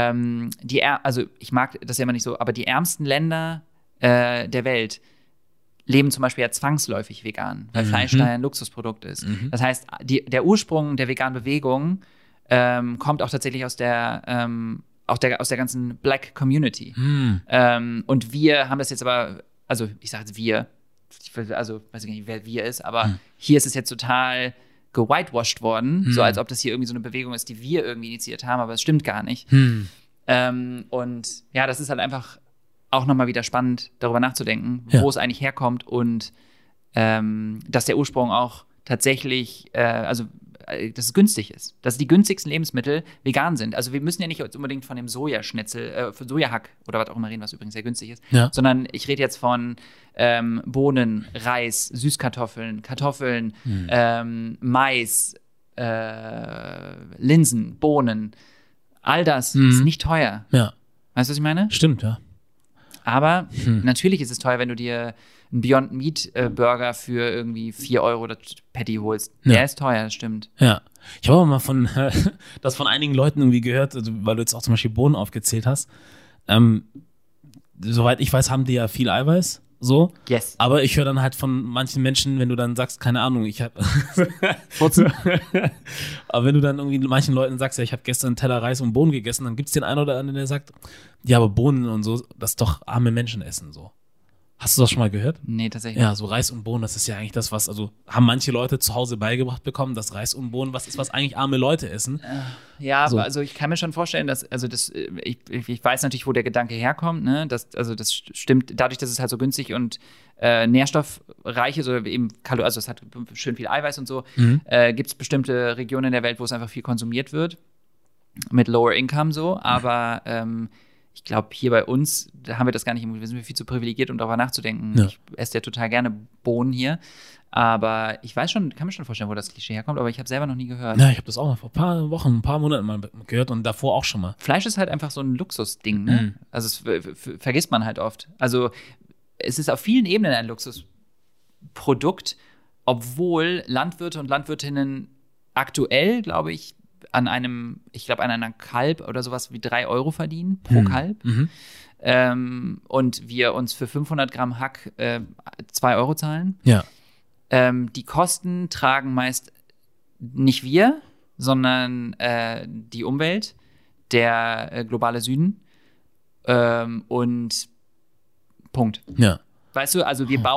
also ich mag das ja immer nicht so, aber die ärmsten Länder der Welt leben zum Beispiel ja zwangsläufig vegan, weil Fleisch da ein Luxusprodukt ist. Das heißt, der Ursprung der veganen Bewegung kommt auch tatsächlich aus der ganzen Black Community. Und wir haben das jetzt aber, also ich sage jetzt wir, also weiß ich nicht, wer wir ist, aber hier ist es jetzt total gewhitewashed worden, so als ob das hier irgendwie so eine Bewegung ist, die wir irgendwie initiiert haben, aber es stimmt gar nicht. Und ja, das ist halt einfach auch nochmal wieder spannend, darüber nachzudenken, wo es eigentlich herkommt und dass der Ursprung auch tatsächlich, dass es günstig ist. Dass die günstigsten Lebensmittel vegan sind. Also wir müssen ja nicht unbedingt von dem Sojaschnitzel, von Sojahack oder was auch immer reden, was übrigens sehr günstig ist, sondern ich rede jetzt von Bohnen, Reis, Süßkartoffeln, Kartoffeln, Mais, Linsen, Bohnen. All das ist nicht teuer. Ja. Weißt du, was ich meine? Stimmt, ja. Aber natürlich ist es teuer, wenn du dir einen Beyond Meat Burger für irgendwie 4 € oder Patty holst. Der ist teuer, das stimmt. Ja. Ich habe aber mal das von einigen Leuten irgendwie gehört, also, weil du jetzt auch zum Beispiel Bohnen aufgezählt hast. Soweit ich weiß, haben die ja viel Eiweiß. So. Yes. Aber ich höre dann halt von manchen Menschen, wenn du dann sagst, keine Ahnung, ich habe aber wenn du dann irgendwie manchen Leuten sagst, ja, ich habe gestern einen Teller Reis und Bohnen gegessen, dann gibt es den einen oder anderen, der sagt, ja, aber Bohnen und so, das ist doch arme Menschen essen so. Hast du das schon mal gehört? Nee, tatsächlich. Ja, so Reis und Bohnen, das ist ja eigentlich das, was, also haben manche Leute zu Hause beigebracht bekommen, dass Reis und Bohnen was ist, was eigentlich arme Leute essen. Ja, so. Also ich kann mir schon vorstellen, dass, ich weiß natürlich, wo der Gedanke herkommt, ne? Das stimmt, dadurch, dass es halt so günstig und nährstoffreich ist oder eben also es hat schön viel Eiweiß und so, gibt es bestimmte Regionen der Welt, wo es einfach viel konsumiert wird, mit Lower Income so, aber ich glaube, hier bei uns, da haben wir das gar nicht, wir sind viel zu privilegiert, um darüber nachzudenken. Ja. Ich esse ja total gerne Bohnen hier, aber ich weiß schon, kann mir schon vorstellen, wo das Klischee herkommt, aber ich habe selber noch nie gehört. Ja, ich habe das auch mal vor ein paar Wochen, ein paar Monaten mal gehört und davor auch schon mal. Fleisch ist halt einfach so ein Luxusding, ne? Also das vergisst man halt oft. Also es ist auf vielen Ebenen ein Luxusprodukt, obwohl Landwirte und Landwirtinnen aktuell, glaube ich, an einer Kalb oder sowas wie 3 € verdienen pro Kalb. Und wir uns für 500 Gramm Hack 2 € zahlen. Ja. Die Kosten tragen meist nicht wir, sondern die Umwelt, der globale Süden und Punkt. Ja. Weißt du, also wir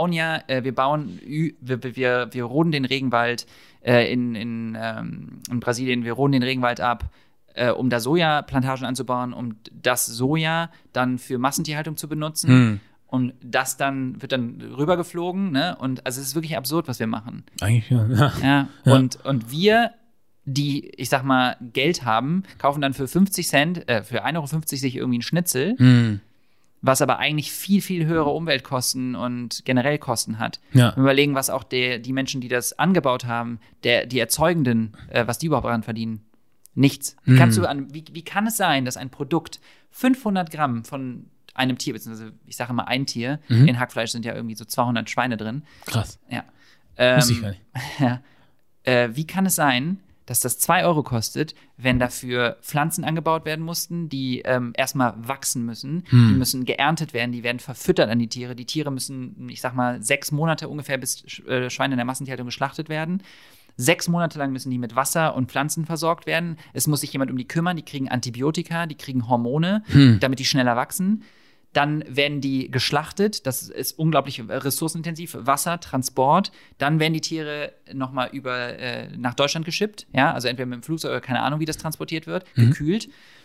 roden den Regenwald in Brasilien, wir roden den Regenwald ab, um da Sojaplantagen anzubauen, um das Soja dann für Massentierhaltung zu benutzen. Und das dann wird dann rübergeflogen, ne? Und also es ist wirklich absurd, was wir machen. Eigentlich, ja. Ja. Und wir, die, ich sag mal, Geld haben, kaufen dann für 50 Cent, für 1,50 € sich irgendwie einen Schnitzel, was aber eigentlich viel, viel höhere Umweltkosten und generell Kosten hat. Ja. Wir überlegen, was auch die Menschen, die das angebaut haben, die Erzeugenden, was die überhaupt daran verdienen. Nichts. Wie kann es sein, dass ein Produkt 500 Gramm von einem Tier, beziehungsweise ich sage mal ein Tier, in Hackfleisch sind ja irgendwie so 200 Schweine drin. Krass. Ja. Wusste ich gar nicht. Ja. Wie kann es sein, dass das 2 € kostet, wenn dafür Pflanzen angebaut werden mussten, die erstmal wachsen müssen, die müssen geerntet werden, die werden verfüttert an die Tiere. Die Tiere müssen, ich sag mal, 6 Monate ungefähr, bis Schweine in der Massentierhaltung geschlachtet werden. 6 Monate lang müssen die mit Wasser und Pflanzen versorgt werden. Es muss sich jemand um die kümmern, die kriegen Antibiotika, die kriegen Hormone, damit die schneller wachsen. Dann werden die geschlachtet, das ist unglaublich ressourcenintensiv, Wasser, Transport. Dann werden die Tiere nochmal nach Deutschland geschippt, ja, also entweder mit dem Flugzeug oder keine Ahnung, wie das transportiert wird, gekühlt.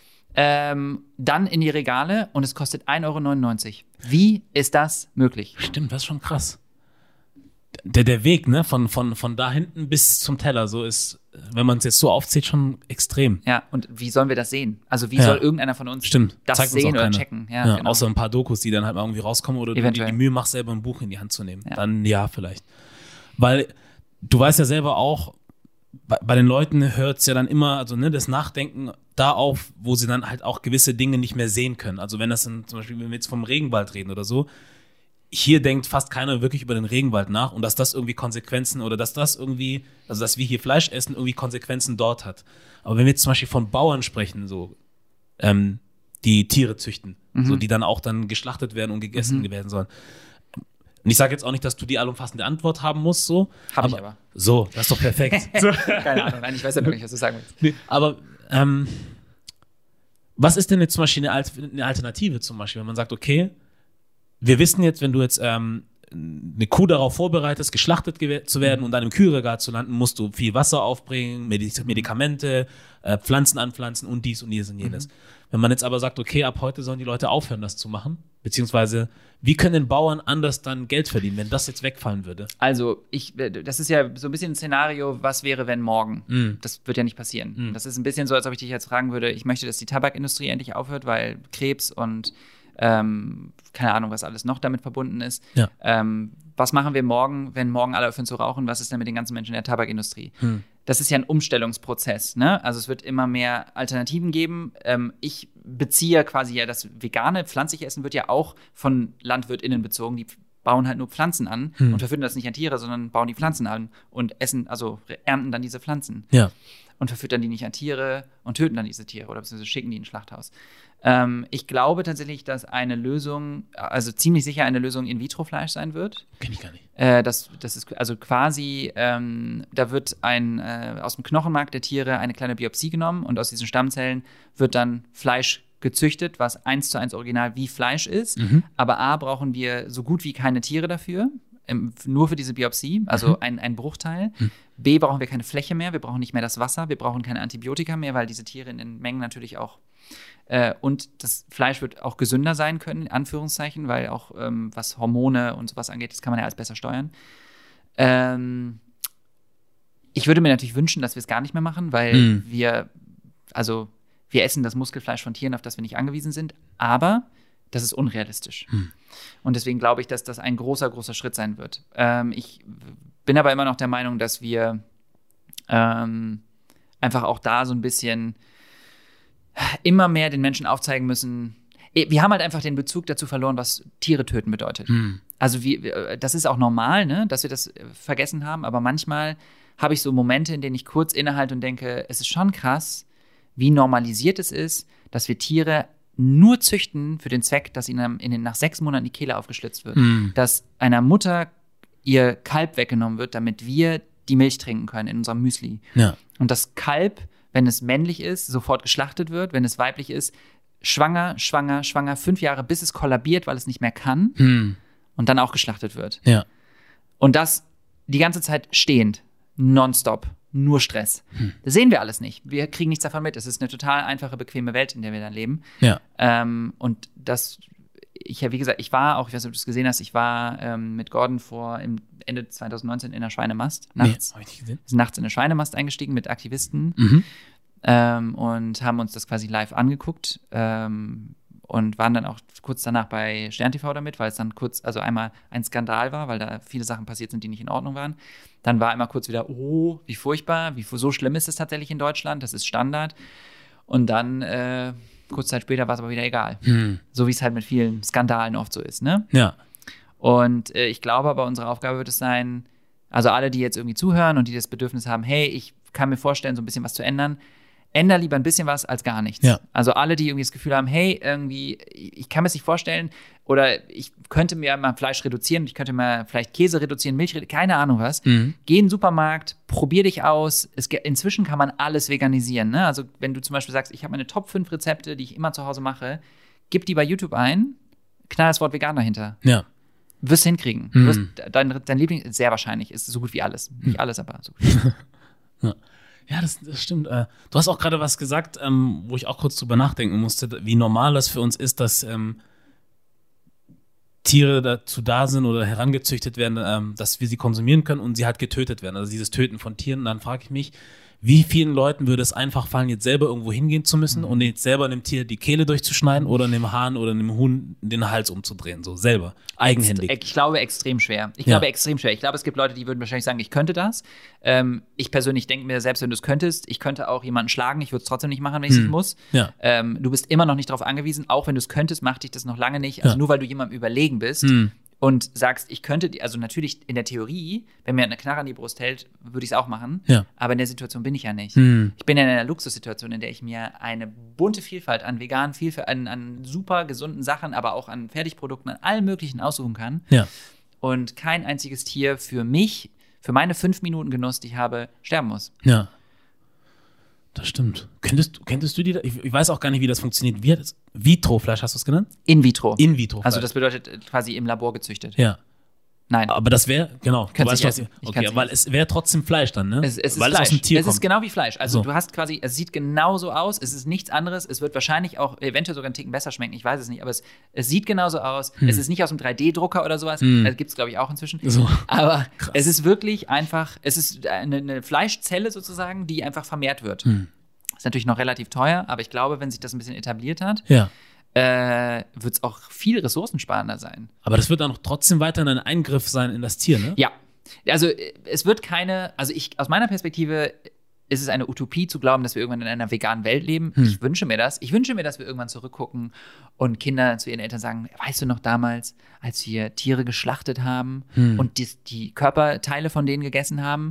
Dann in die Regale und es kostet 1,99 €. Wie ist das möglich? Stimmt, das ist schon krass. Der Weg, ne, von da hinten bis zum Teller, so ist, wenn man es jetzt so aufzählt, schon extrem. Ja, und wie sollen wir das sehen? Also wie soll irgendeiner von uns das zeigt sehen uns oder keiner. checken? Ja, genau. Außer ein paar Dokus, die dann halt mal irgendwie rauskommen oder du die Mühe machst, selber ein Buch in die Hand zu nehmen. Ja. Dann ja, vielleicht. Weil du weißt ja selber auch, bei den Leuten hört es ja dann immer, also ne, das Nachdenken da auf, wo sie dann halt auch gewisse Dinge nicht mehr sehen können. Also wenn das dann zum Beispiel, wenn wir jetzt vom Regenwald reden oder so, hier denkt fast keiner wirklich über den Regenwald nach und dass das irgendwie Konsequenzen oder dass das irgendwie, also dass wir hier Fleisch essen, irgendwie Konsequenzen dort hat. Aber wenn wir jetzt zum Beispiel von Bauern sprechen, so, die Tiere züchten, so, die dann auch dann geschlachtet werden und gegessen werden sollen. Und ich sage jetzt auch nicht, dass du die allumfassende Antwort haben musst, so. Hab ich aber. So, das ist doch perfekt. Keine Ahnung, nein, ich weiß ja noch nicht, was du sagen willst. Nee, aber, was ist denn jetzt zum Beispiel eine Alternative zum Beispiel, wenn man sagt, okay, wir wissen jetzt, wenn du jetzt eine Kuh darauf vorbereitest, geschlachtet zu werden und dann im Kühlregal zu landen, musst du viel Wasser aufbringen, Medikamente, Pflanzen anpflanzen und dies und jenes und jenes. Wenn man jetzt aber sagt, okay, ab heute sollen die Leute aufhören, das zu machen, beziehungsweise wie können den Bauern anders dann Geld verdienen, wenn das jetzt wegfallen würde? Also, das ist ja so ein bisschen ein Szenario, was wäre, wenn morgen? Das wird ja nicht passieren. Das ist ein bisschen so, als ob ich dich jetzt fragen würde, ich möchte, dass die Tabakindustrie endlich aufhört, weil Krebs und keine Ahnung, was alles noch damit verbunden ist. Ja. Was machen wir morgen, wenn morgen alle aufhören zu rauchen? Was ist denn mit den ganzen Menschen in der Tabakindustrie? Das ist ja ein Umstellungsprozess, ne? Also es wird immer mehr Alternativen geben. Ich beziehe quasi ja das vegane, pflanzliche Essen wird ja auch von LandwirtInnen bezogen. Die bauen halt nur Pflanzen an und verfüttern das nicht an Tiere, sondern bauen die Pflanzen an und essen, also ernten dann diese Pflanzen. Ja. Und verfüttern die nicht an Tiere und töten dann diese Tiere oder beziehungsweise schicken die in ein Schlachthaus. Ich glaube tatsächlich, dass eine Lösung, also ziemlich sicher eine Lösung In-vitro-Fleisch sein wird. Kenn ich gar nicht. Das ist also quasi, da wird aus dem Knochenmark der Tiere eine kleine Biopsie genommen und aus diesen Stammzellen wird dann Fleisch gezüchtet, was 1:1 original wie Fleisch ist. Aber A, brauchen wir so gut wie keine Tiere dafür, nur für diese Biopsie, also ein Bruchteil. B, brauchen wir keine Fläche mehr, wir brauchen nicht mehr das Wasser, wir brauchen keine Antibiotika mehr, weil diese Tiere in den Mengen natürlich auch und das Fleisch wird auch gesünder sein können, in Anführungszeichen, weil auch was Hormone und sowas angeht, das kann man ja alles besser steuern. Ich würde mir natürlich wünschen, dass wir es gar nicht mehr machen, weil wir essen das Muskelfleisch von Tieren, auf das wir nicht angewiesen sind, aber das ist unrealistisch. Und deswegen glaube ich, dass das ein großer, großer Schritt sein wird. Ich bin aber immer noch der Meinung, dass wir einfach auch da so ein bisschen immer mehr den Menschen aufzeigen müssen. Wir haben halt einfach den Bezug dazu verloren, was Tiere töten bedeutet. Also das ist auch normal, ne, dass wir das vergessen haben, aber manchmal habe ich so Momente, in denen ich kurz innehalte und denke, es ist schon krass, wie normalisiert es ist, dass wir Tiere nur züchten für den Zweck, dass ihnen nach 6 Monaten die Kehle aufgeschlitzt wird. Dass einer Mutter ihr Kalb weggenommen wird, damit wir die Milch trinken können in unserem Müsli. Ja. Und das Kalb, wenn es männlich ist, sofort geschlachtet wird, wenn es weiblich ist, schwanger, 5 Jahre, bis es kollabiert, weil es nicht mehr kann und dann auch geschlachtet wird. Ja. Und das die ganze Zeit stehend, nonstop, nur Stress. Das sehen wir alles nicht. Wir kriegen nichts davon mit. Es ist eine total einfache, bequeme Welt, in der wir dann leben. Ja. Und wie gesagt, ich war auch, ich weiß nicht, ob du es gesehen hast, ich war mit Gordon Ende 2019 in der Schweinemast. Nachts. Nee, hab ich nicht gesehen. Wir sind nachts in eine Schweinemast eingestiegen mit Aktivisten und haben uns das quasi live angeguckt und waren dann auch kurz danach bei Stern TV damit, weil es dann einmal ein Skandal war, weil da viele Sachen passiert sind, die nicht in Ordnung waren. Dann war einmal kurz wieder, oh, wie furchtbar, so schlimm ist es tatsächlich in Deutschland, das ist Standard. Und dann kurze Zeit später war es aber wieder egal. So wie es halt mit vielen Skandalen oft so ist, ne? Ja. Und ich glaube aber, unsere Aufgabe wird es sein, also alle, die jetzt irgendwie zuhören und die das Bedürfnis haben, hey, ich kann mir vorstellen, so ein bisschen was zu ändern, änder lieber ein bisschen was als gar nichts. Ja. Also alle, die irgendwie das Gefühl haben, hey, irgendwie, ich kann mir das nicht vorstellen oder ich könnte mir mal Fleisch reduzieren, ich könnte mal vielleicht Käse reduzieren, Milch reduzieren, keine Ahnung was. Geh in den Supermarkt, probier dich aus. Inzwischen kann man alles veganisieren. Ne? Also wenn du zum Beispiel sagst, ich habe meine Top 5 Rezepte, die ich immer zu Hause mache, gib die bei YouTube ein, knall das Wort vegan dahinter. Ja. Wirst hinkriegen. Dein Liebling, sehr wahrscheinlich, ist so gut wie alles. Nicht alles, aber so gut. Ja. Ja, das stimmt. Du hast auch gerade was gesagt, wo ich auch kurz drüber nachdenken musste, wie normal das für uns ist, dass Tiere dazu da sind oder herangezüchtet werden, dass wir sie konsumieren können und sie halt getötet werden. Also dieses Töten von Tieren. Und dann frage ich mich, wie vielen Leuten würde es einfach fallen, jetzt selber irgendwo hingehen zu müssen und jetzt selber einem Tier die Kehle durchzuschneiden oder einem Hahn oder einem Huhn den Hals umzudrehen, so selber, eigenhändig. Ich glaube, extrem schwer. Ich glaube, es gibt Leute, die würden wahrscheinlich sagen, ich könnte das. Ich persönlich denke mir, selbst wenn du es könntest, ich könnte auch jemanden schlagen, ich würde es trotzdem nicht machen, wenn ich es nicht muss. Ja. Du bist immer noch nicht darauf angewiesen, auch wenn du es könntest, macht dich das noch lange nicht. Also nur weil du jemandem überlegen bist, und sagst, ich könnte, also natürlich in der Theorie, wenn mir eine Knarre an die Brust hält, würde ich es auch machen. Ja. Aber in der Situation bin ich ja nicht. Ich bin ja in einer Luxussituation, in der ich mir eine bunte Vielfalt an veganen, an super gesunden Sachen, aber auch an Fertigprodukten, an allem Möglichen aussuchen kann. Ja. Und kein einziges Tier für mich, für meine 5 Minuten Genuss, die ich habe, sterben muss. Ja. Das stimmt. Könntest du die da? Ich weiß auch gar nicht, wie das funktioniert. Vitro-Fleisch hast du es genannt? In vitro. In vitro. Also das bedeutet quasi im Labor gezüchtet. Ja. Nein. Aber das wäre, genau. Kannst Du weißt, nicht was essen. Ich okay, kann's weil nicht es wäre trotzdem Fleisch dann, ne? Es ist weil Fleisch. es aus dem Tier Es ist kommt. genau wie Fleisch. Also So. du hast quasi, es sieht genauso aus, es ist nichts anderes, es wird wahrscheinlich auch eventuell sogar einen Ticken besser schmecken, ich weiß es nicht, aber es sieht genauso aus. Es ist nicht aus einem 3D-Drucker oder sowas, das gibt es glaube ich auch inzwischen. So. Aber Krass. es ist wirklich einfach, es ist eine Fleischzelle sozusagen, die einfach vermehrt wird. Ist natürlich noch relativ teuer, aber ich glaube, wenn sich das ein bisschen etabliert hat, Ja. wird es auch viel ressourcensparender sein. Aber das wird dann auch trotzdem weiterhin ein Eingriff sein in das Tier, ne? Ja, also es wird aus meiner Perspektive ist es eine Utopie zu glauben, dass wir irgendwann in einer veganen Welt leben. Ich wünsche mir das. Ich wünsche mir, dass wir irgendwann zurückgucken und Kinder zu ihren Eltern sagen, weißt du noch damals, als wir Tiere geschlachtet haben und die Körperteile von denen gegessen haben?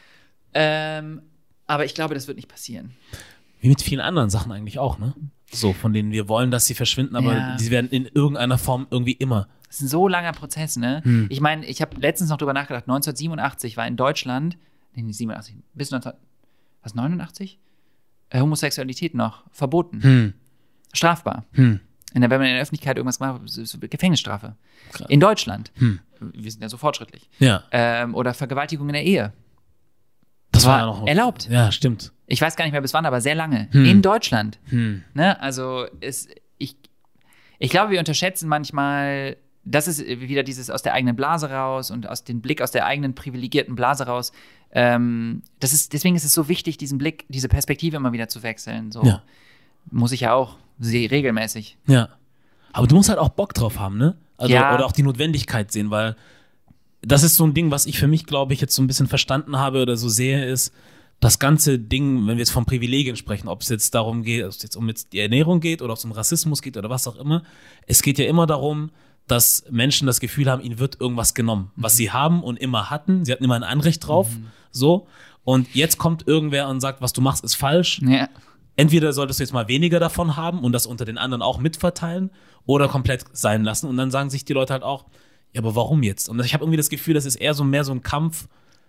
Aber ich glaube, das wird nicht passieren. Wie mit vielen anderen Sachen eigentlich auch, ne? So, von denen wir wollen, dass sie verschwinden, aber Ja. die werden in irgendeiner Form irgendwie immer. Das ist ein so langer Prozess, ne? Ich meine, ich habe letztens noch drüber nachgedacht, 1987 war in Deutschland, nee, nicht 87, bis 1989? Homosexualität noch verboten. Strafbar. Wenn man in der Öffentlichkeit irgendwas gemacht hat, ist Gefängnisstrafe. Krass. In Deutschland. Wir sind ja so fortschrittlich. Ja. Oder Vergewaltigung in der Ehe. Das war ja noch erlaubt. Ja, stimmt. Ich weiß gar nicht mehr bis wann, aber sehr lange. In Deutschland. Ne? Also ich glaube, wir unterschätzen manchmal, das ist wieder dieses aus der eigenen Blase raus und aus dem Blick aus der eigenen privilegierten Blase raus. Deswegen ist es so wichtig, diesen Blick, diese Perspektive immer wieder zu wechseln. So Ja. muss ich ja auch regelmäßig. Ja. Aber du musst halt auch Bock drauf haben, ne? Also, Ja. Oder auch die Notwendigkeit sehen, weil das ist so ein Ding, was ich für mich, glaube ich, jetzt so ein bisschen verstanden habe oder so sehe, ist, das ganze Ding, wenn wir jetzt von Privilegien sprechen, ob es jetzt darum geht, ob es jetzt um die Ernährung geht oder ob es um Rassismus geht oder was auch immer, es geht ja immer darum, dass Menschen das Gefühl haben, ihnen wird irgendwas genommen, was sie haben und immer hatten. Sie hatten immer ein Anrecht drauf, so. Und jetzt kommt irgendwer und sagt, was du machst, ist falsch. Ja. Entweder solltest du jetzt mal weniger davon haben und das unter den anderen auch mitverteilen oder komplett sein lassen. Und dann sagen sich die Leute halt auch, ja, aber warum jetzt? Und ich habe irgendwie das Gefühl, das ist eher so mehr so ein Kampf.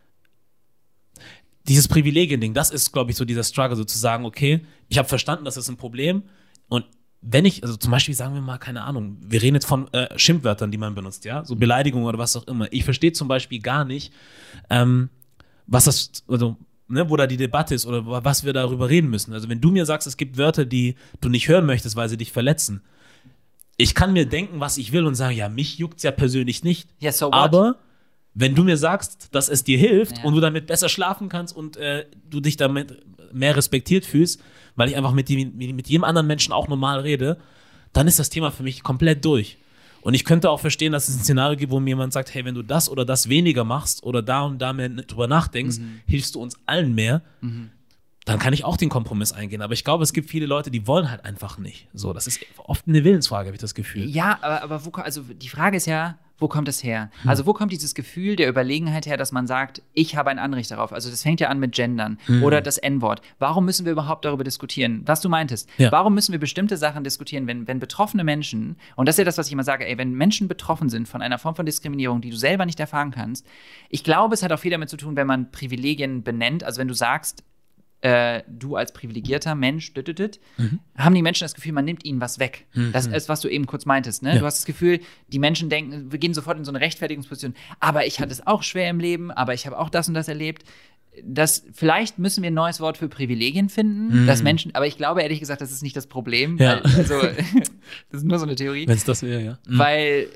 Dieses Privilegien-Ding, das ist, glaube ich, so dieser Struggle, so zu sagen, okay, ich habe verstanden, das ist ein Problem. Und wenn ich, also zum Beispiel sagen wir mal, keine Ahnung, wir reden jetzt von Schimpfwörtern, die man benutzt, ja, so Beleidigungen oder was auch immer. Ich verstehe zum Beispiel gar nicht, was das, also, ne, wo da die Debatte ist oder was wir darüber reden müssen. Also wenn du mir sagst, es gibt Wörter, die du nicht hören möchtest, weil sie dich verletzen, ich kann mir denken, was ich will und sagen, ja, mich juckt's ja persönlich nicht. Ja, so what? Aber wenn du mir sagst, dass es dir hilft Ja. und du damit besser schlafen kannst und du dich damit mehr respektiert fühlst, weil ich einfach mit jedem anderen Menschen auch normal rede, dann ist das Thema für mich komplett durch. Und ich könnte auch verstehen, dass es ein Szenario gibt, wo mir jemand sagt, hey, wenn du das oder das weniger machst oder da und da mehr drüber nachdenkst, hilfst du uns allen mehr, dann kann ich auch den Kompromiss eingehen. Aber ich glaube, es gibt viele Leute, die wollen halt einfach nicht. So, das ist oft eine Willensfrage, habe ich das Gefühl. Ja, aber also die Frage ist ja, wo kommt es her? Also wo kommt dieses Gefühl der Überlegenheit her, dass man sagt, ich habe ein Anrecht darauf? Also das fängt ja an mit Gendern oder das N-Wort. Warum müssen wir überhaupt darüber diskutieren? Was du meintest. Ja. Warum müssen wir bestimmte Sachen diskutieren, wenn betroffene Menschen, und das ist ja das, was ich immer sage, ey, wenn Menschen betroffen sind von einer Form von Diskriminierung, die du selber nicht erfahren kannst, ich glaube, es hat auch viel damit zu tun, wenn man Privilegien benennt. Also wenn du sagst, du als privilegierter Mensch, haben die Menschen das Gefühl, man nimmt ihnen was weg. Das ist, was du eben kurz meintest. Ne? Ja. Du hast das Gefühl, die Menschen denken, wir gehen sofort in so eine Rechtfertigungsposition. Aber ich hatte es auch schwer im Leben, aber ich habe auch das und das erlebt. Vielleicht müssen wir ein neues Wort für Privilegien finden, dass Menschen, aber ich glaube ehrlich gesagt, das ist nicht das Problem. Ja. Weil, also, das ist nur so eine Theorie. Wenn es das wäre, ja. Weil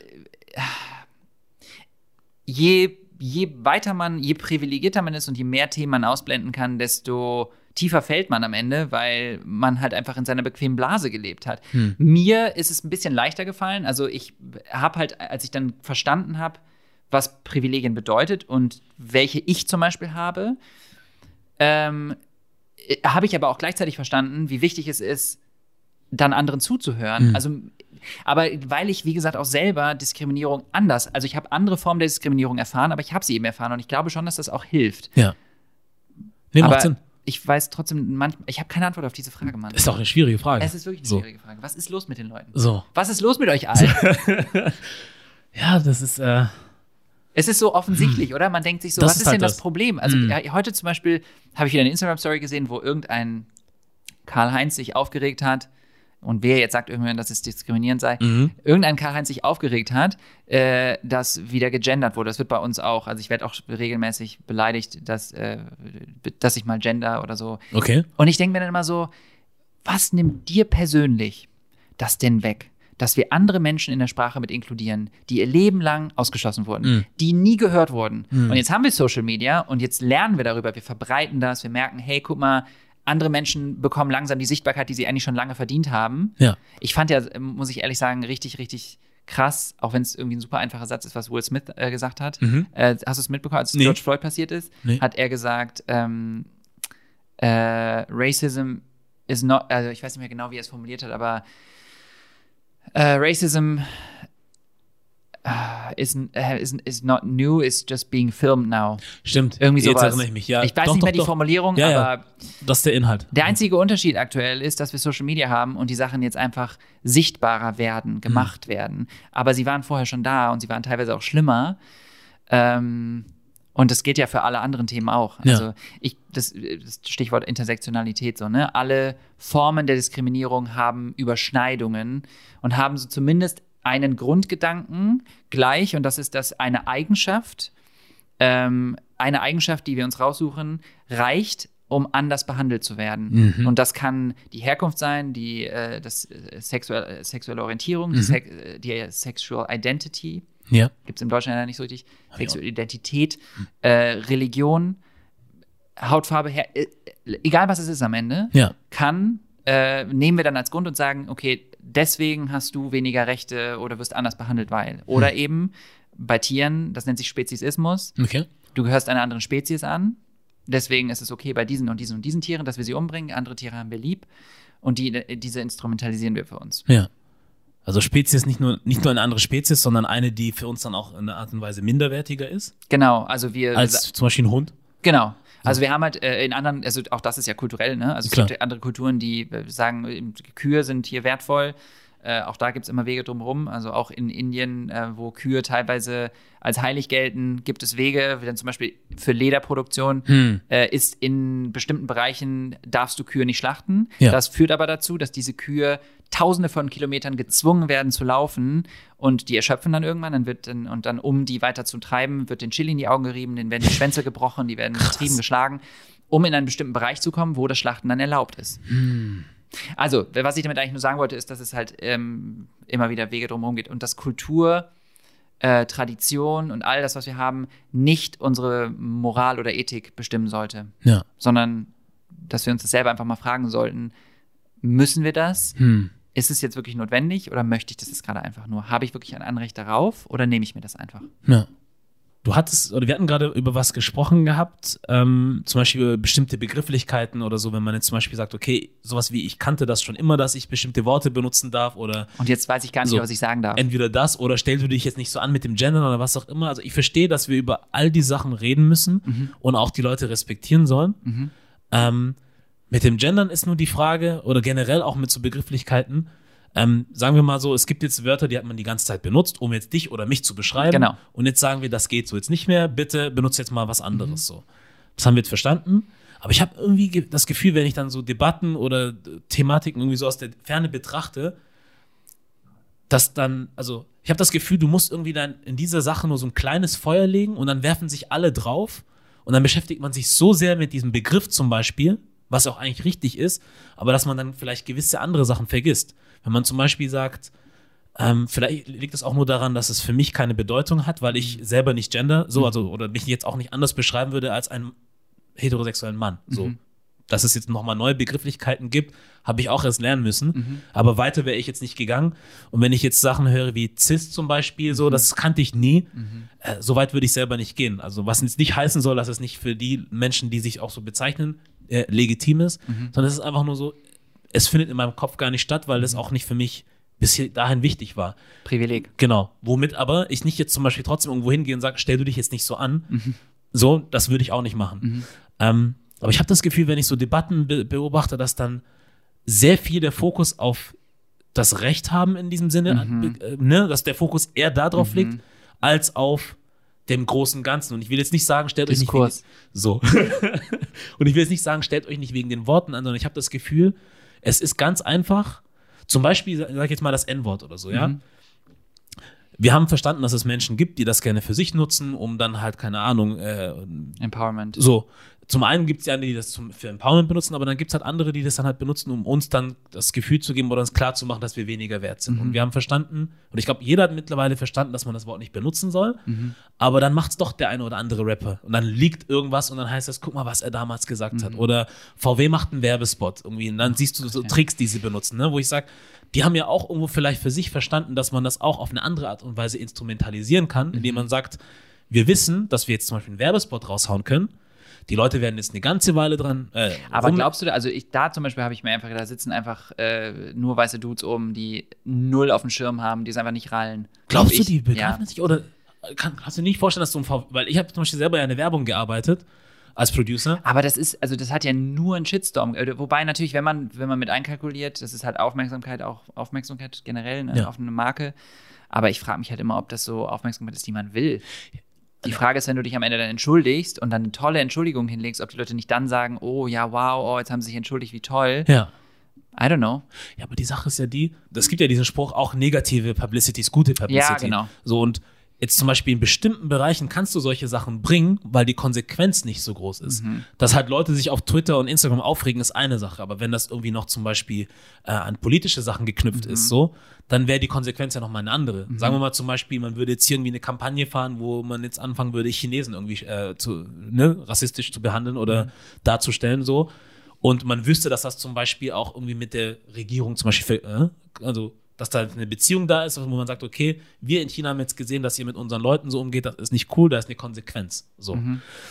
je privilegierter man ist und je mehr Themen man ausblenden kann, desto tiefer fällt man am Ende, weil man halt einfach in seiner bequemen Blase gelebt hat. Mir ist es ein bisschen leichter gefallen. Also ich habe halt, als ich dann verstanden habe, was Privilegien bedeutet und welche ich zum Beispiel habe, habe ich aber auch gleichzeitig verstanden, wie wichtig es ist, dann anderen zuzuhören. Also, aber weil ich, wie gesagt, auch selber Diskriminierung also ich habe andere Formen der Diskriminierung erfahren, aber ich habe sie eben erfahren und ich glaube schon, dass das auch hilft. Ja. Nee, macht aber Sinn. ich weiß trotzdem manchmal, ich habe keine Antwort auf diese Frage, Mann. Ist auch eine schwierige Frage. Es ist wirklich eine So. schwierige Frage. Was ist los mit den Leuten? So. Was ist los mit euch allen? Ja, das ist, Es ist so offensichtlich, oder? Man denkt sich so, Das was ist ist denn halt das das. Problem? Also heute zum Beispiel habe ich wieder eine Instagram-Story gesehen, wo irgendein Karl-Heinz sich aufgeregt hat, und wer jetzt sagt irgendwann, dass es diskriminierend sei, irgendein Karl-Heinz sich aufgeregt hat, dass wieder gegendert wurde. Das wird bei uns auch, also ich werde auch regelmäßig beleidigt, dass ich mal gender oder so. Okay. Und ich denke mir dann immer so, was nimmt dir persönlich das denn weg? Dass wir andere Menschen in der Sprache mit inkludieren, die ihr Leben lang ausgeschlossen wurden, die nie gehört wurden. Und jetzt haben wir Social Media und jetzt lernen wir darüber, wir verbreiten das, wir merken, hey, guck mal, andere Menschen bekommen langsam die Sichtbarkeit, die sie eigentlich schon lange verdient haben. Ja. Ich fand ja, muss ich ehrlich sagen, richtig, richtig krass, auch wenn es irgendwie ein super einfacher Satz ist, was Will Smith gesagt hat. Hast du es mitbekommen, als George Floyd passiert ist? Hat er gesagt, Racism is not, also ich weiß nicht mehr genau, wie er es formuliert hat, aber Racism is not new, it's just being filmed now. Stimmt. Irgendwie sowas. Jetzt erinnere ich mich, ja. Ich weiß nicht mehr die Formulierung, aber das ist der Inhalt. Der einzige Unterschied aktuell ist, dass wir Social Media haben und die Sachen jetzt einfach sichtbarer werden, gemacht werden. Aber sie waren vorher schon da und sie waren teilweise auch schlimmer. Und das geht ja für alle anderen Themen auch. Also das Stichwort Intersektionalität, so, ne? Alle Formen der Diskriminierung haben Überschneidungen und haben so zumindest einen Grundgedanken gleich, und das ist, dass eine Eigenschaft, die wir uns raussuchen, reicht, um anders behandelt zu werden. Und das kann die Herkunft sein, das sexuelle Orientierung, die Sexual Identity. Ja. Gibt es im Deutschen ja nicht so richtig. Sexuelle Identität, Religion, Hautfarbe, egal was es ist am Ende, nehmen wir dann als Grund und sagen, okay, deswegen hast du weniger Rechte oder wirst anders behandelt, weil. Oder eben bei Tieren, das nennt sich Speziesismus. Okay. Du gehörst einer anderen Spezies an, deswegen ist es okay bei diesen und diesen und diesen Tieren, dass wir sie umbringen. Andere Tiere haben wir lieb und diese instrumentalisieren wir für uns. Ja. Also Spezies nicht nur eine andere Spezies, sondern eine, die für uns dann auch in einer Art und Weise minderwertiger ist. Genau, also als zum Beispiel ein Hund. Genau. Also wir haben halt in anderen, also auch das ist ja kulturell, ne? Also es gibt andere Kulturen, die sagen, Kühe sind hier wertvoll. Auch da gibt es immer Wege drumherum. Also auch in Indien, wo Kühe teilweise als heilig gelten, gibt es Wege, wie dann zum Beispiel für Lederproduktion ist in bestimmten Bereichen, darfst du Kühe nicht schlachten. Ja. Das führt aber dazu, dass diese Kühe Tausende von Kilometern gezwungen werden zu laufen und die erschöpfen dann irgendwann. Und dann, um die weiter zu treiben, wird den Chili in die Augen gerieben, denen werden die Schwänze gebrochen, die werden getrieben, geschlagen, um in einen bestimmten Bereich zu kommen, wo das Schlachten dann erlaubt ist. Also, was ich damit eigentlich nur sagen wollte, ist, dass es halt immer wieder Wege drumherum geht und dass Kultur, Tradition und all das, was wir haben, nicht unsere Moral oder Ethik bestimmen sollte. Ja. Sondern, dass wir uns das selber einfach mal fragen sollten, müssen wir das? Ist es jetzt wirklich notwendig oder möchte ich das jetzt gerade einfach nur? Habe ich wirklich ein Anrecht darauf oder nehme ich mir das einfach? Ja. Wir hatten gerade über was gesprochen gehabt, zum Beispiel über bestimmte Begrifflichkeiten oder so, wenn man jetzt zum Beispiel sagt, okay, sowas wie ich kannte das schon immer, dass ich bestimmte Worte benutzen darf oder und jetzt weiß ich gar nicht mehr, was ich sagen darf. Entweder das oder stellst du dich jetzt nicht so an mit dem Gendern oder was auch immer. Also ich verstehe, dass wir über all die Sachen reden müssen und auch die Leute respektieren sollen. Mit dem Gendern ist nur die Frage, oder generell auch mit so Begrifflichkeiten, sagen wir mal so, es gibt jetzt Wörter, die hat man die ganze Zeit benutzt, um jetzt dich oder mich zu beschreiben. Genau. Und jetzt sagen wir, das geht so jetzt nicht mehr, bitte benutze jetzt mal was anderes. So. Das haben wir jetzt verstanden. Aber ich habe irgendwie das Gefühl, wenn ich dann so Debatten oder Thematiken irgendwie so aus der Ferne betrachte, dass dann, also ich habe das Gefühl, du musst irgendwie dann in dieser Sache nur so ein kleines Feuer legen und dann werfen sich alle drauf und dann beschäftigt man sich so sehr mit diesem Begriff zum Beispiel, was auch eigentlich richtig ist, aber dass man dann vielleicht gewisse andere Sachen vergisst. Wenn man zum Beispiel sagt, vielleicht liegt es auch nur daran, dass es für mich keine Bedeutung hat, weil ich selber nicht gender, oder mich jetzt auch nicht anders beschreiben würde als einen heterosexuellen Mann. So. Dass es jetzt nochmal neue Begrifflichkeiten gibt, habe ich auch erst lernen müssen. Aber weiter wäre ich jetzt nicht gegangen. Und wenn ich jetzt Sachen höre wie cis zum Beispiel, so, das kannte ich nie. So weit würde ich selber nicht gehen. Also was jetzt nicht heißen soll, dass es nicht für die Menschen, die sich auch so bezeichnen, legitim ist, sondern es ist einfach nur so, es findet in meinem Kopf gar nicht statt, weil das auch nicht für mich bis dahin wichtig war. Privileg. Genau. Womit aber ich nicht jetzt zum Beispiel trotzdem irgendwo hingehe und sage, stell du dich jetzt nicht so an. So, das würde ich auch nicht machen. Aber ich habe das Gefühl, wenn ich so Debatten beobachte, dass dann sehr viel der Fokus auf das Recht haben in diesem Sinne, dass der Fokus eher darauf liegt, als auf dem großen Ganzen. Und ich will jetzt nicht sagen, stellt euch nicht wegen, so. Und ich will jetzt nicht sagen, stellt euch nicht wegen den Worten an, sondern ich habe das Gefühl, es ist ganz einfach Zum Beispiel, sag ich jetzt mal das N-Wort oder so, ja. Wir haben verstanden, dass es Menschen gibt, die das gerne für sich nutzen, um dann halt, keine Ahnung, Empowerment. So. Zum einen gibt es ja die das für Empowerment benutzen, aber dann gibt es halt andere, die das dann halt benutzen, um uns dann das Gefühl zu geben oder uns klar zu machen, dass wir weniger wert sind. Und wir haben verstanden, und ich glaube, jeder hat mittlerweile verstanden, dass man das Wort nicht benutzen soll, aber dann macht es doch der eine oder andere Rapper. Und dann liegt irgendwas und dann heißt das, guck mal, was er damals gesagt hat. Oder VW macht einen Werbespot irgendwie und dann siehst du so Tricks, die sie benutzen, ne? Wo ich sage, die haben ja auch irgendwo vielleicht für sich verstanden, dass man das auch auf eine andere Art und Weise instrumentalisieren kann, indem man sagt, wir wissen, dass wir jetzt zum Beispiel einen Werbespot raushauen können. Die Leute werden jetzt eine ganze Weile dran. Aber glaubst du, also da zum Beispiel habe ich mir einfach, da sitzen einfach nur weiße Dudes oben, die null auf dem Schirm haben, die es einfach nicht rallen. Glaubst du, die begreifen das nicht? Oder kannst du dir nicht vorstellen, dass weil ich habe zum Beispiel selber ja in der Werbung gearbeitet als Producer. Aber das hat ja nur einen Shitstorm. Wobei natürlich, wenn man mit einkalkuliert, das ist halt Aufmerksamkeit generell, ne, auf eine Marke. Aber ich frage mich halt immer, ob das so Aufmerksamkeit ist, die man will. Die Frage ist, wenn du dich am Ende dann entschuldigst und dann eine tolle Entschuldigung hinlegst, ob die Leute nicht dann sagen, oh ja, wow, oh, jetzt haben sie sich entschuldigt, wie toll. Ja. I don't know. Ja, aber die Sache ist ja es gibt ja diesen Spruch, auch negative Publicity ist gute Publicity. Ja, genau. So, und jetzt zum Beispiel in bestimmten Bereichen kannst du solche Sachen bringen, weil die Konsequenz nicht so groß ist. Dass halt Leute sich auf Twitter und Instagram aufregen, ist eine Sache. Aber wenn das irgendwie noch zum Beispiel an politische Sachen geknüpft ist, so, dann wäre die Konsequenz ja nochmal eine andere. Sagen wir mal zum Beispiel, man würde jetzt hier irgendwie eine Kampagne fahren, wo man jetzt anfangen würde, Chinesen irgendwie rassistisch zu behandeln oder darzustellen, so. Und man wüsste, dass das zum Beispiel auch irgendwie mit der Regierung zum Beispiel, dass da eine Beziehung da ist, wo man sagt, okay, wir in China haben jetzt gesehen, dass ihr mit unseren Leuten so umgeht, das ist nicht cool, da ist eine Konsequenz. So.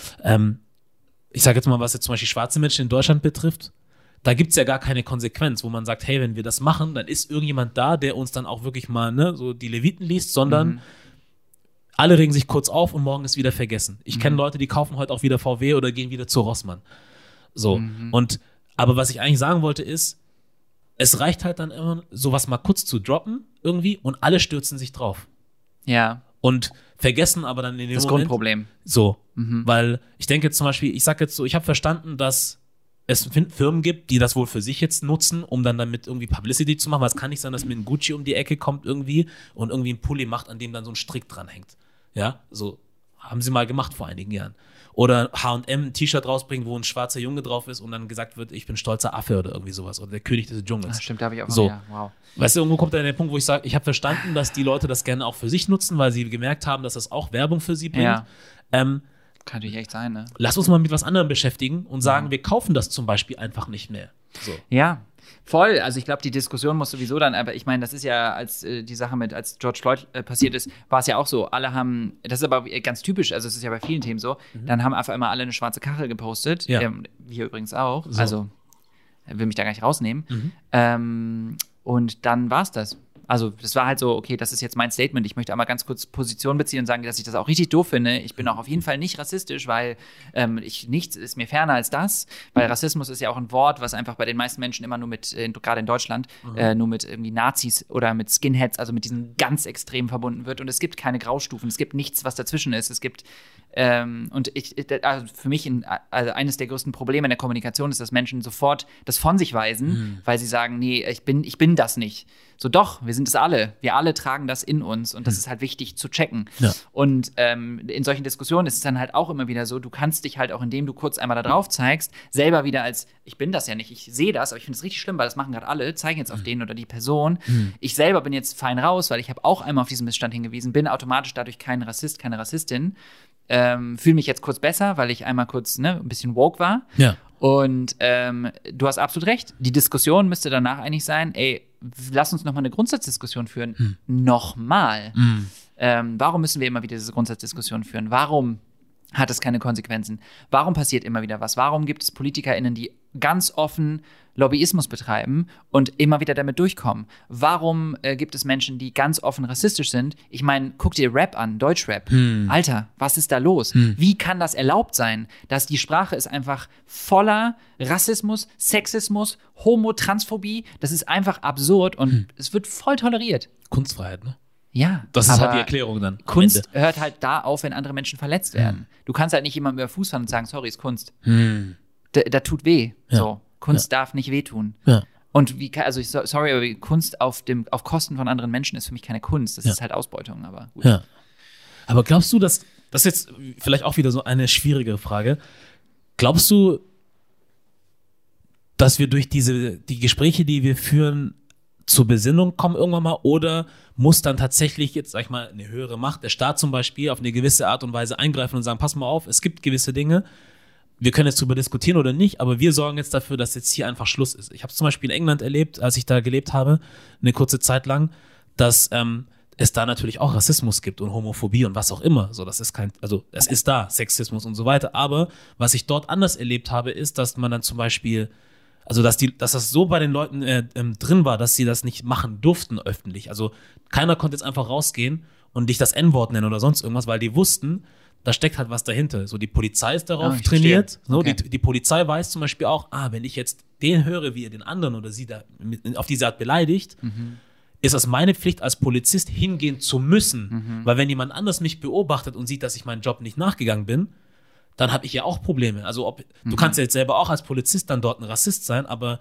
Ich sage jetzt mal, was jetzt zum Beispiel schwarze Menschen in Deutschland betrifft, da gibt es ja gar keine Konsequenz, wo man sagt, hey, wenn wir das machen, dann ist irgendjemand da, der uns dann auch wirklich mal so die Leviten liest, sondern alle regen sich kurz auf und morgen ist wieder vergessen. Ich kenne Leute, die kaufen heute auch wieder VW oder gehen wieder zu Rossmann. So. Aber was ich eigentlich sagen wollte ist, es reicht halt dann immer, sowas mal kurz zu droppen irgendwie und alle stürzen sich drauf. Ja. Und vergessen aber dann in dem das Moment. Grundproblem. So. Weil ich denke jetzt zum Beispiel, ich sag jetzt so, ich habe verstanden, dass es Firmen gibt, die das wohl für sich jetzt nutzen, um dann damit irgendwie Publicity zu machen, weil es kann nicht sein, dass mir ein Gucci um die Ecke kommt irgendwie und irgendwie einen Pulli macht, an dem dann so ein Strick dran hängt. Ja, so haben sie mal gemacht vor einigen Jahren. Oder H&M ein T-Shirt rausbringt, wo ein schwarzer Junge drauf ist und dann gesagt wird, ich bin stolzer Affe oder irgendwie sowas. Oder der König des Dschungels. Ach, stimmt, da habe ich auch so. Ja, wow. Weißt du, irgendwo kommt dann der Punkt, wo ich sage, ich habe verstanden, dass die Leute das gerne auch für sich nutzen, weil sie gemerkt haben, dass das auch Werbung für sie bringt. Ja. Kann natürlich echt sein, ne? Lass uns mal mit was anderem beschäftigen und sagen, wir kaufen das zum Beispiel einfach nicht mehr. So. Ja, voll. Also ich glaube, die Diskussion muss sowieso dann, aber ich meine, das ist ja, als die Sache als George Floyd passiert ist, war es ja auch so. Alle haben, das ist aber ganz typisch, also es ist ja bei vielen Themen so, dann haben einfach immer alle eine schwarze Kachel gepostet. Ja. Wir übrigens auch. So. Also will mich da gar nicht rausnehmen. Und dann war es das. Also das war halt so, okay, das ist jetzt mein Statement. Ich möchte einmal ganz kurz Position beziehen und sagen, dass ich das auch richtig doof finde. Ich bin auch auf jeden Fall nicht rassistisch, weil nichts ist mir ferner als das. Weil Rassismus ist ja auch ein Wort, was einfach bei den meisten Menschen immer nur mit, gerade in Deutschland, nur mit irgendwie Nazis oder mit Skinheads, also mit diesen ganz Extremen verbunden wird. Und es gibt keine Graustufen, es gibt nichts, was dazwischen ist. Es gibt, also für mich also eines der größten Probleme in der Kommunikation ist, dass Menschen sofort das von sich weisen, weil sie sagen, nee, ich bin das nicht. So doch, wir sind es alle. Wir alle tragen das in uns und das ist halt wichtig zu checken. Ja. Und in solchen Diskussionen ist es dann halt auch immer wieder so, du kannst dich halt auch, indem du kurz einmal da drauf zeigst, selber wieder als, ich bin das ja nicht, ich sehe das, aber ich finde es richtig schlimm, weil das machen gerade alle, zeigen jetzt auf den oder die Person. Ich selber bin jetzt fein raus, weil ich habe auch einmal auf diesen Missstand hingewiesen, bin automatisch dadurch kein Rassist, keine Rassistin. Fühle mich jetzt kurz besser, weil ich einmal kurz ein bisschen woke war. Ja. Und du hast absolut recht. Die Diskussion müsste danach eigentlich sein, ey, lass uns nochmal eine Grundsatzdiskussion führen. Nochmal. Warum müssen wir immer wieder diese Grundsatzdiskussion führen? Warum hat es keine Konsequenzen? Warum passiert immer wieder was? Warum gibt es PolitikerInnen, die ganz offen Lobbyismus betreiben und immer wieder damit durchkommen? Warum gibt es Menschen, die ganz offen rassistisch sind? Ich meine, guck dir Rap an, Deutschrap. Alter, was ist da los? Wie kann das erlaubt sein, dass die Sprache ist einfach voller Rassismus, Sexismus, Homo, Transphobie? Das ist einfach absurd und es wird voll toleriert. Kunstfreiheit, ne? Ja, das ist halt die Erklärung dann. Kunst hört halt da auf, wenn andere Menschen verletzt werden. Du kannst halt nicht jemandem über Fuß fahren und sagen, sorry, ist Kunst. Da tut weh. Ja. So. Kunst darf nicht wehtun. Ja. Und sorry, aber Kunst auf Kosten von anderen Menschen ist für mich keine Kunst. Das ist halt Ausbeutung, aber gut. Ja. Aber glaubst du, das ist jetzt vielleicht auch wieder so eine schwierigere Frage. Glaubst du, dass wir durch die Gespräche, die wir führen, zur Besinnung kommen irgendwann mal, oder muss dann tatsächlich jetzt, sag ich mal, eine höhere Macht, der Staat zum Beispiel, auf eine gewisse Art und Weise eingreifen und sagen, pass mal auf, es gibt gewisse Dinge, wir können jetzt darüber diskutieren oder nicht, aber wir sorgen jetzt dafür, dass jetzt hier einfach Schluss ist. Ich habe es zum Beispiel in England erlebt, als ich da gelebt habe, eine kurze Zeit lang, dass es da natürlich auch Rassismus gibt und Homophobie und was auch immer. So, es ist da, Sexismus und so weiter. Aber was ich dort anders erlebt habe, ist, dass man dann zum Beispiel, also dass das so bei den Leuten drin war, dass sie das nicht machen durften öffentlich. Also keiner konnte jetzt einfach rausgehen und dich das N-Wort nennen oder sonst irgendwas, weil die wussten, da steckt halt was dahinter. So, die Polizei ist darauf trainiert. So, okay. Die Polizei weiß zum Beispiel auch, wenn ich jetzt den höre, wie er den anderen oder sie da auf diese Art beleidigt, ist es meine Pflicht als Polizist, hingehen zu müssen. Weil wenn jemand anders mich beobachtet und sieht, dass ich meinen Job nicht nachgegangen bin, dann habe ich ja auch Probleme. Also du kannst ja jetzt selber auch als Polizist dann dort ein Rassist sein, aber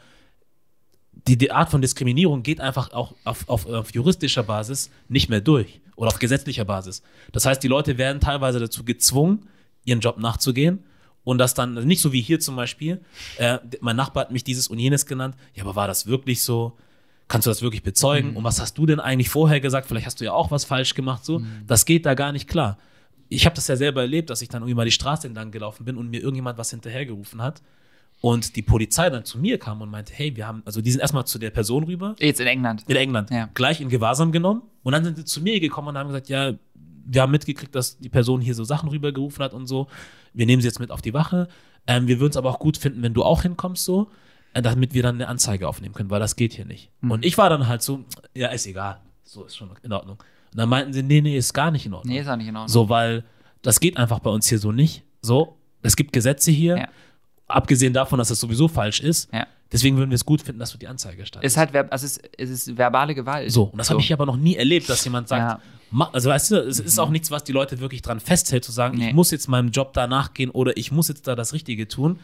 die Art von Diskriminierung geht einfach auch auf juristischer Basis nicht mehr durch oder auf gesetzlicher Basis. Das heißt, die Leute werden teilweise dazu gezwungen, ihren Job nachzugehen und das dann, also nicht so wie hier zum Beispiel, mein Nachbar hat mich dieses und jenes genannt, ja, aber war das wirklich so? Kannst du das wirklich bezeugen? Und was hast du denn eigentlich vorher gesagt? Vielleicht hast du ja auch was falsch gemacht. So, das geht da gar nicht klar. Ich habe das ja selber erlebt, dass ich dann irgendwie mal die Straße entlang gelaufen bin und mir irgendjemand was hinterhergerufen hat und die Polizei dann zu mir kam und meinte, hey, die sind erstmal zu der Person rüber. Jetzt in England. In England. Ja. Gleich in Gewahrsam genommen und dann sind sie zu mir gekommen und haben gesagt, ja, wir haben mitgekriegt, dass die Person hier so Sachen rübergerufen hat und so. Wir nehmen sie jetzt mit auf die Wache. Wir würden es aber auch gut finden, wenn du auch hinkommst so, damit wir dann eine Anzeige aufnehmen können, weil das geht hier nicht. Und ich war dann halt so, ja, ist egal. So, ist schon in Ordnung. Und dann meinten sie, nee, ist gar nicht in Ordnung. Nee, ist auch nicht in Ordnung. So, weil das geht einfach bei uns hier so nicht. So, es gibt Gesetze hier, abgesehen davon, dass das sowieso falsch ist. Ja. Deswegen würden wir es gut finden, dass du die Anzeige erstattest. Es ist verbale Gewalt. So, und das habe ich aber noch nie erlebt, dass jemand sagt, also weißt du, es ist auch nichts, was die Leute wirklich dran festhält, zu sagen, ich muss jetzt meinem Job da nachgehen oder ich muss jetzt da das Richtige tun.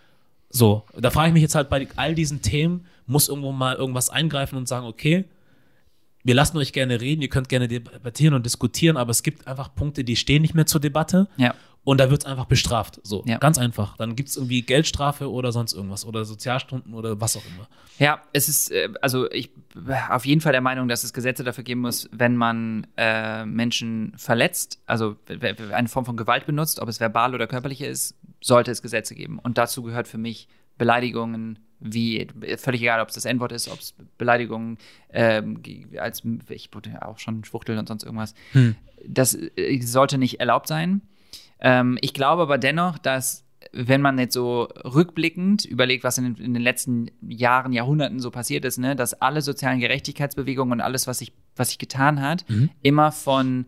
So, da frage ich mich jetzt halt bei all diesen Themen, muss irgendwo mal irgendwas eingreifen und sagen, okay, wir lassen euch gerne reden, ihr könnt gerne debattieren und diskutieren, aber es gibt einfach Punkte, die stehen nicht mehr zur Debatte und da wird es einfach bestraft. So, ganz einfach. Dann gibt es irgendwie Geldstrafe oder sonst irgendwas oder Sozialstunden oder was auch immer. Ja, es ist, ich bin auf jeden Fall der Meinung, dass es Gesetze dafür geben muss, wenn man Menschen verletzt, also eine Form von Gewalt benutzt, ob es verbal oder körperliche ist, sollte es Gesetze geben. Und dazu gehört für mich Beleidigungen, wie, völlig egal, ob es das N-Wort ist, ob es Beleidigungen ich wurde auch schon Schwuchtel und sonst irgendwas. Das sollte nicht erlaubt sein. Ich glaube aber dennoch, dass, wenn man jetzt so rückblickend überlegt, was in den letzten Jahren, Jahrhunderten so passiert ist, ne, dass alle sozialen Gerechtigkeitsbewegungen und alles, was sich getan hat, immer von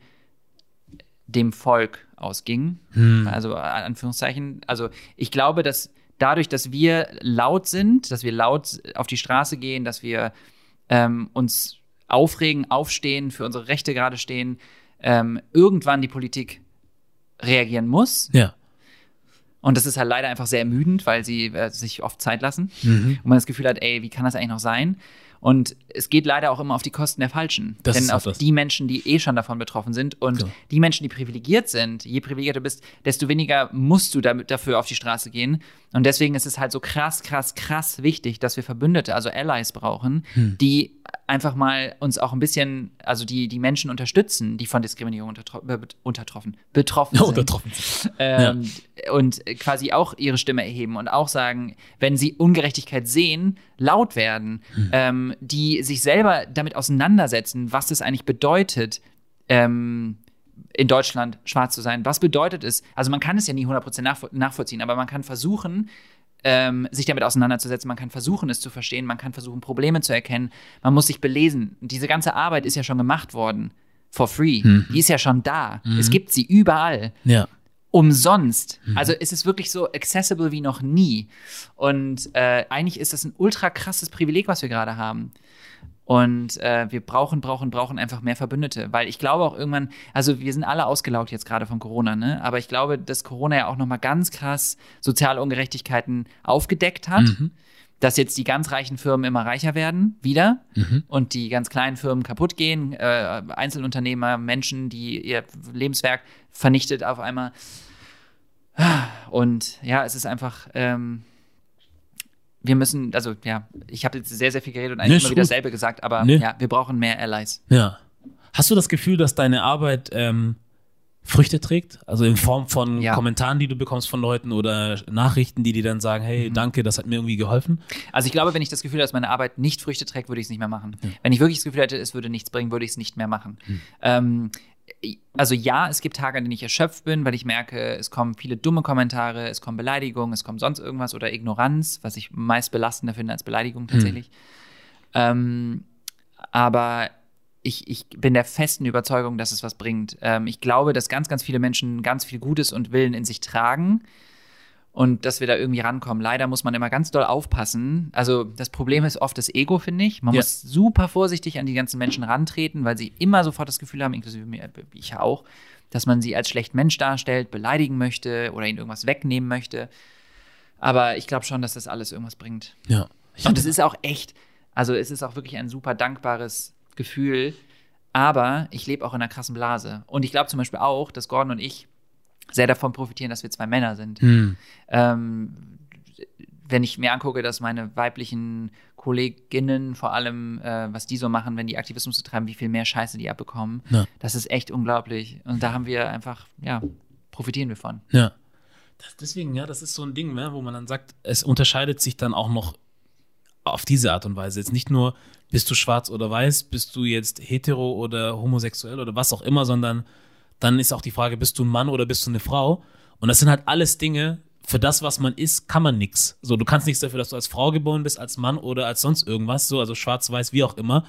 dem Volk ausging. Also Anführungszeichen. Also ich glaube, dass dadurch, dass wir laut sind, dass wir laut auf die Straße gehen, dass wir uns aufregen, aufstehen, für unsere Rechte gerade stehen, irgendwann die Politik reagieren muss. Ja. Und das ist halt leider einfach sehr ermüdend, weil sie sich oft Zeit lassen. Und man das Gefühl hat, ey, wie kann das eigentlich noch sein? Und es geht leider auch immer auf die Kosten der Falschen. Denn auf die Menschen, die schon davon betroffen sind und die Menschen, die privilegiert sind, je privilegierter du bist, desto weniger musst du dafür auf die Straße gehen. Und deswegen ist es halt so krass wichtig, dass wir Verbündete, also Allies brauchen, die einfach mal uns auch ein bisschen, also die Menschen unterstützen, die von Diskriminierung betroffen sind. Und quasi auch ihre Stimme erheben und auch sagen, wenn sie Ungerechtigkeit sehen, laut werden, die sich selber damit auseinandersetzen, was es eigentlich bedeutet, in Deutschland schwarz zu sein. Was bedeutet es? Also man kann es ja nie 100% nachvollziehen, aber man kann versuchen, sich damit auseinanderzusetzen, man kann versuchen, es zu verstehen, man kann versuchen, Probleme zu erkennen, man muss sich belesen. Diese ganze Arbeit ist ja schon gemacht worden, for free. Die ist ja schon da. Es gibt sie überall. Ja. Umsonst. Also es ist wirklich so accessible wie noch nie. Und eigentlich ist das ein ultra krasses Privileg, was wir gerade haben. Und wir brauchen einfach mehr Verbündete. Weil ich glaube auch irgendwann, also wir sind alle ausgelaugt jetzt gerade von Corona, ne? Aber ich glaube, dass Corona ja auch nochmal ganz krass soziale Ungerechtigkeiten aufgedeckt hat. dass jetzt die ganz reichen Firmen immer reicher werden, wieder, und die ganz kleinen Firmen kaputt gehen, Einzelunternehmer, Menschen, die ihr Lebenswerk vernichtet auf einmal. Und ja, es ist einfach, wir müssen, also ja, ich habe jetzt sehr, sehr viel geredet und eigentlich immer wieder dasselbe gesagt, aber ja, wir brauchen mehr Allies. Ja. Hast du das Gefühl, dass deine Arbeit Früchte trägt? Also in Form von Kommentaren, die du bekommst von Leuten oder Nachrichten, die dir dann sagen, hey, danke, das hat mir irgendwie geholfen? Also ich glaube, wenn ich das Gefühl habe, dass meine Arbeit nicht Früchte trägt, würde ich es nicht mehr machen. Wenn ich wirklich das Gefühl hätte, es würde nichts bringen, würde ich es nicht mehr machen. Also ja, es gibt Tage, an denen ich erschöpft bin, weil ich merke, es kommen viele dumme Kommentare, es kommen Beleidigungen, es kommt sonst irgendwas oder Ignoranz, was ich meist belastender finde als Beleidigung tatsächlich. Aber ich bin der festen Überzeugung, dass es was bringt. Ich glaube, dass ganz, ganz viele Menschen ganz viel Gutes und Willen in sich tragen und dass wir da irgendwie rankommen. Leider muss man immer ganz doll aufpassen. Also das Problem ist oft das Ego, finde ich. Man muss super vorsichtig an die ganzen Menschen rantreten, weil sie immer sofort das Gefühl haben, inklusive mir, ich ja auch, dass man sie als schlechten Mensch darstellt, beleidigen möchte oder ihnen irgendwas wegnehmen möchte. Aber ich glaube schon, dass das alles irgendwas bringt. Ja. Und es ist auch echt, also es ist auch wirklich ein super dankbares Gefühl, aber ich lebe auch in einer krassen Blase. Und ich glaube zum Beispiel auch, dass Gordon und ich sehr davon profitieren, dass wir 2 Männer sind. Wenn ich mir angucke, dass meine weiblichen Kolleginnen vor allem, was die so machen, wenn die Aktivismus betreiben, wie viel mehr Scheiße die abbekommen, das ist echt unglaublich. Und da haben wir einfach, profitieren wir von. Ja. Deswegen, das ist so ein Ding, wo man dann sagt, es unterscheidet sich dann auch noch auf diese Art und Weise. Jetzt nicht nur, bist du schwarz oder weiß, bist du jetzt hetero oder homosexuell oder was auch immer, sondern dann ist auch die Frage, bist du ein Mann oder bist du eine Frau? Und das sind halt alles Dinge, für das, was man ist, kann man nichts. So, du kannst nichts dafür, dass du als Frau geboren bist, als Mann oder als sonst irgendwas, so, also schwarz, weiß, wie auch immer.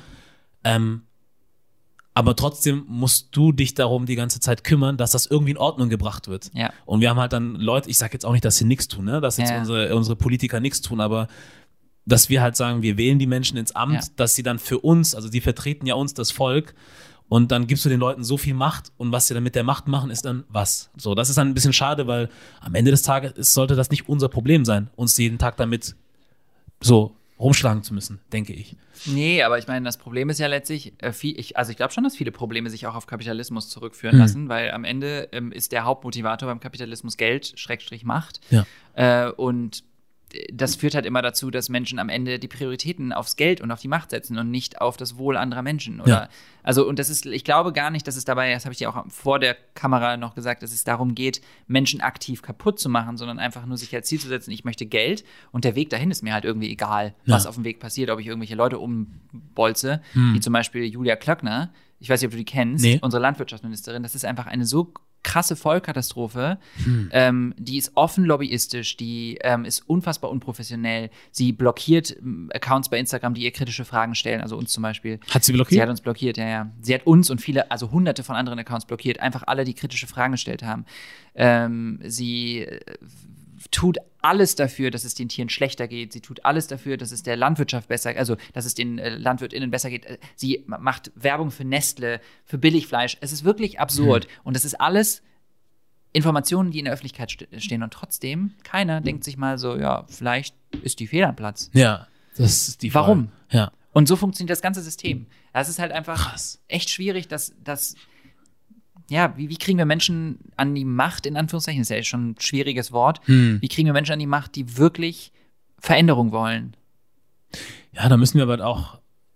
Aber trotzdem musst du dich darum die ganze Zeit kümmern, dass das irgendwie in Ordnung gebracht wird. Ja. Und wir haben halt dann Leute, ich sage jetzt auch nicht, dass sie nichts tun, dass jetzt unsere Politiker nichts tun, aber dass wir halt sagen, wir wählen die Menschen ins Amt, dass sie dann für uns, also die vertreten ja uns, das Volk, und dann gibst du den Leuten so viel Macht und was sie dann mit der Macht machen, ist dann was. So, das ist dann ein bisschen schade, weil am Ende des Tages sollte das nicht unser Problem sein, uns jeden Tag damit so rumschlagen zu müssen, denke ich. Nee, aber ich meine, das Problem ist ja letztlich, ich glaube schon, dass viele Probleme sich auch auf Kapitalismus zurückführen lassen, weil am Ende ist der Hauptmotivator beim Kapitalismus Geld, / Macht. Ja. Und das führt halt immer dazu, dass Menschen am Ende die Prioritäten aufs Geld und auf die Macht setzen und nicht auf das Wohl anderer Menschen. Oder, also, und das ist, ich glaube gar nicht, dass es dabei, das habe ich dir auch vor der Kamera noch gesagt, dass es darum geht, Menschen aktiv kaputt zu machen, sondern einfach nur sich als Ziel zu setzen, ich möchte Geld und der Weg dahin ist mir halt irgendwie egal, was auf dem Weg passiert, ob ich irgendwelche Leute umbolze, wie zum Beispiel Julia Klöckner. Ich weiß nicht, ob du die kennst, unsere Landwirtschaftsministerin. Das ist einfach eine so krasse Vollkatastrophe. Die ist offen lobbyistisch, die ist unfassbar unprofessionell. Sie blockiert Accounts bei Instagram, die ihr kritische Fragen stellen, also uns zum Beispiel. Hat sie blockiert? Sie hat uns blockiert, ja. Sie hat uns und viele, also hunderte von anderen Accounts blockiert, einfach alle, die kritische Fragen gestellt haben. Sie tut alles dafür, dass es den Tieren schlechter geht. Sie tut alles dafür, dass es der Landwirtschaft besser, also dass es den LandwirtInnen besser geht. Sie macht Werbung für Nestle, für Billigfleisch. Es ist wirklich absurd. Und das ist alles Informationen, die in der Öffentlichkeit stehen. Und trotzdem, keiner denkt sich mal so, ja, vielleicht ist die fehl am Platz. Ja, das ist die Frage. Warum? Ja. Und so funktioniert das ganze System. Das ist halt einfach echt schwierig, dass wie kriegen wir Menschen an die Macht, in Anführungszeichen, das ist ja schon ein schwieriges Wort, wie kriegen wir Menschen an die Macht, die wirklich Veränderung wollen? Ja, da müssen wir aber auch,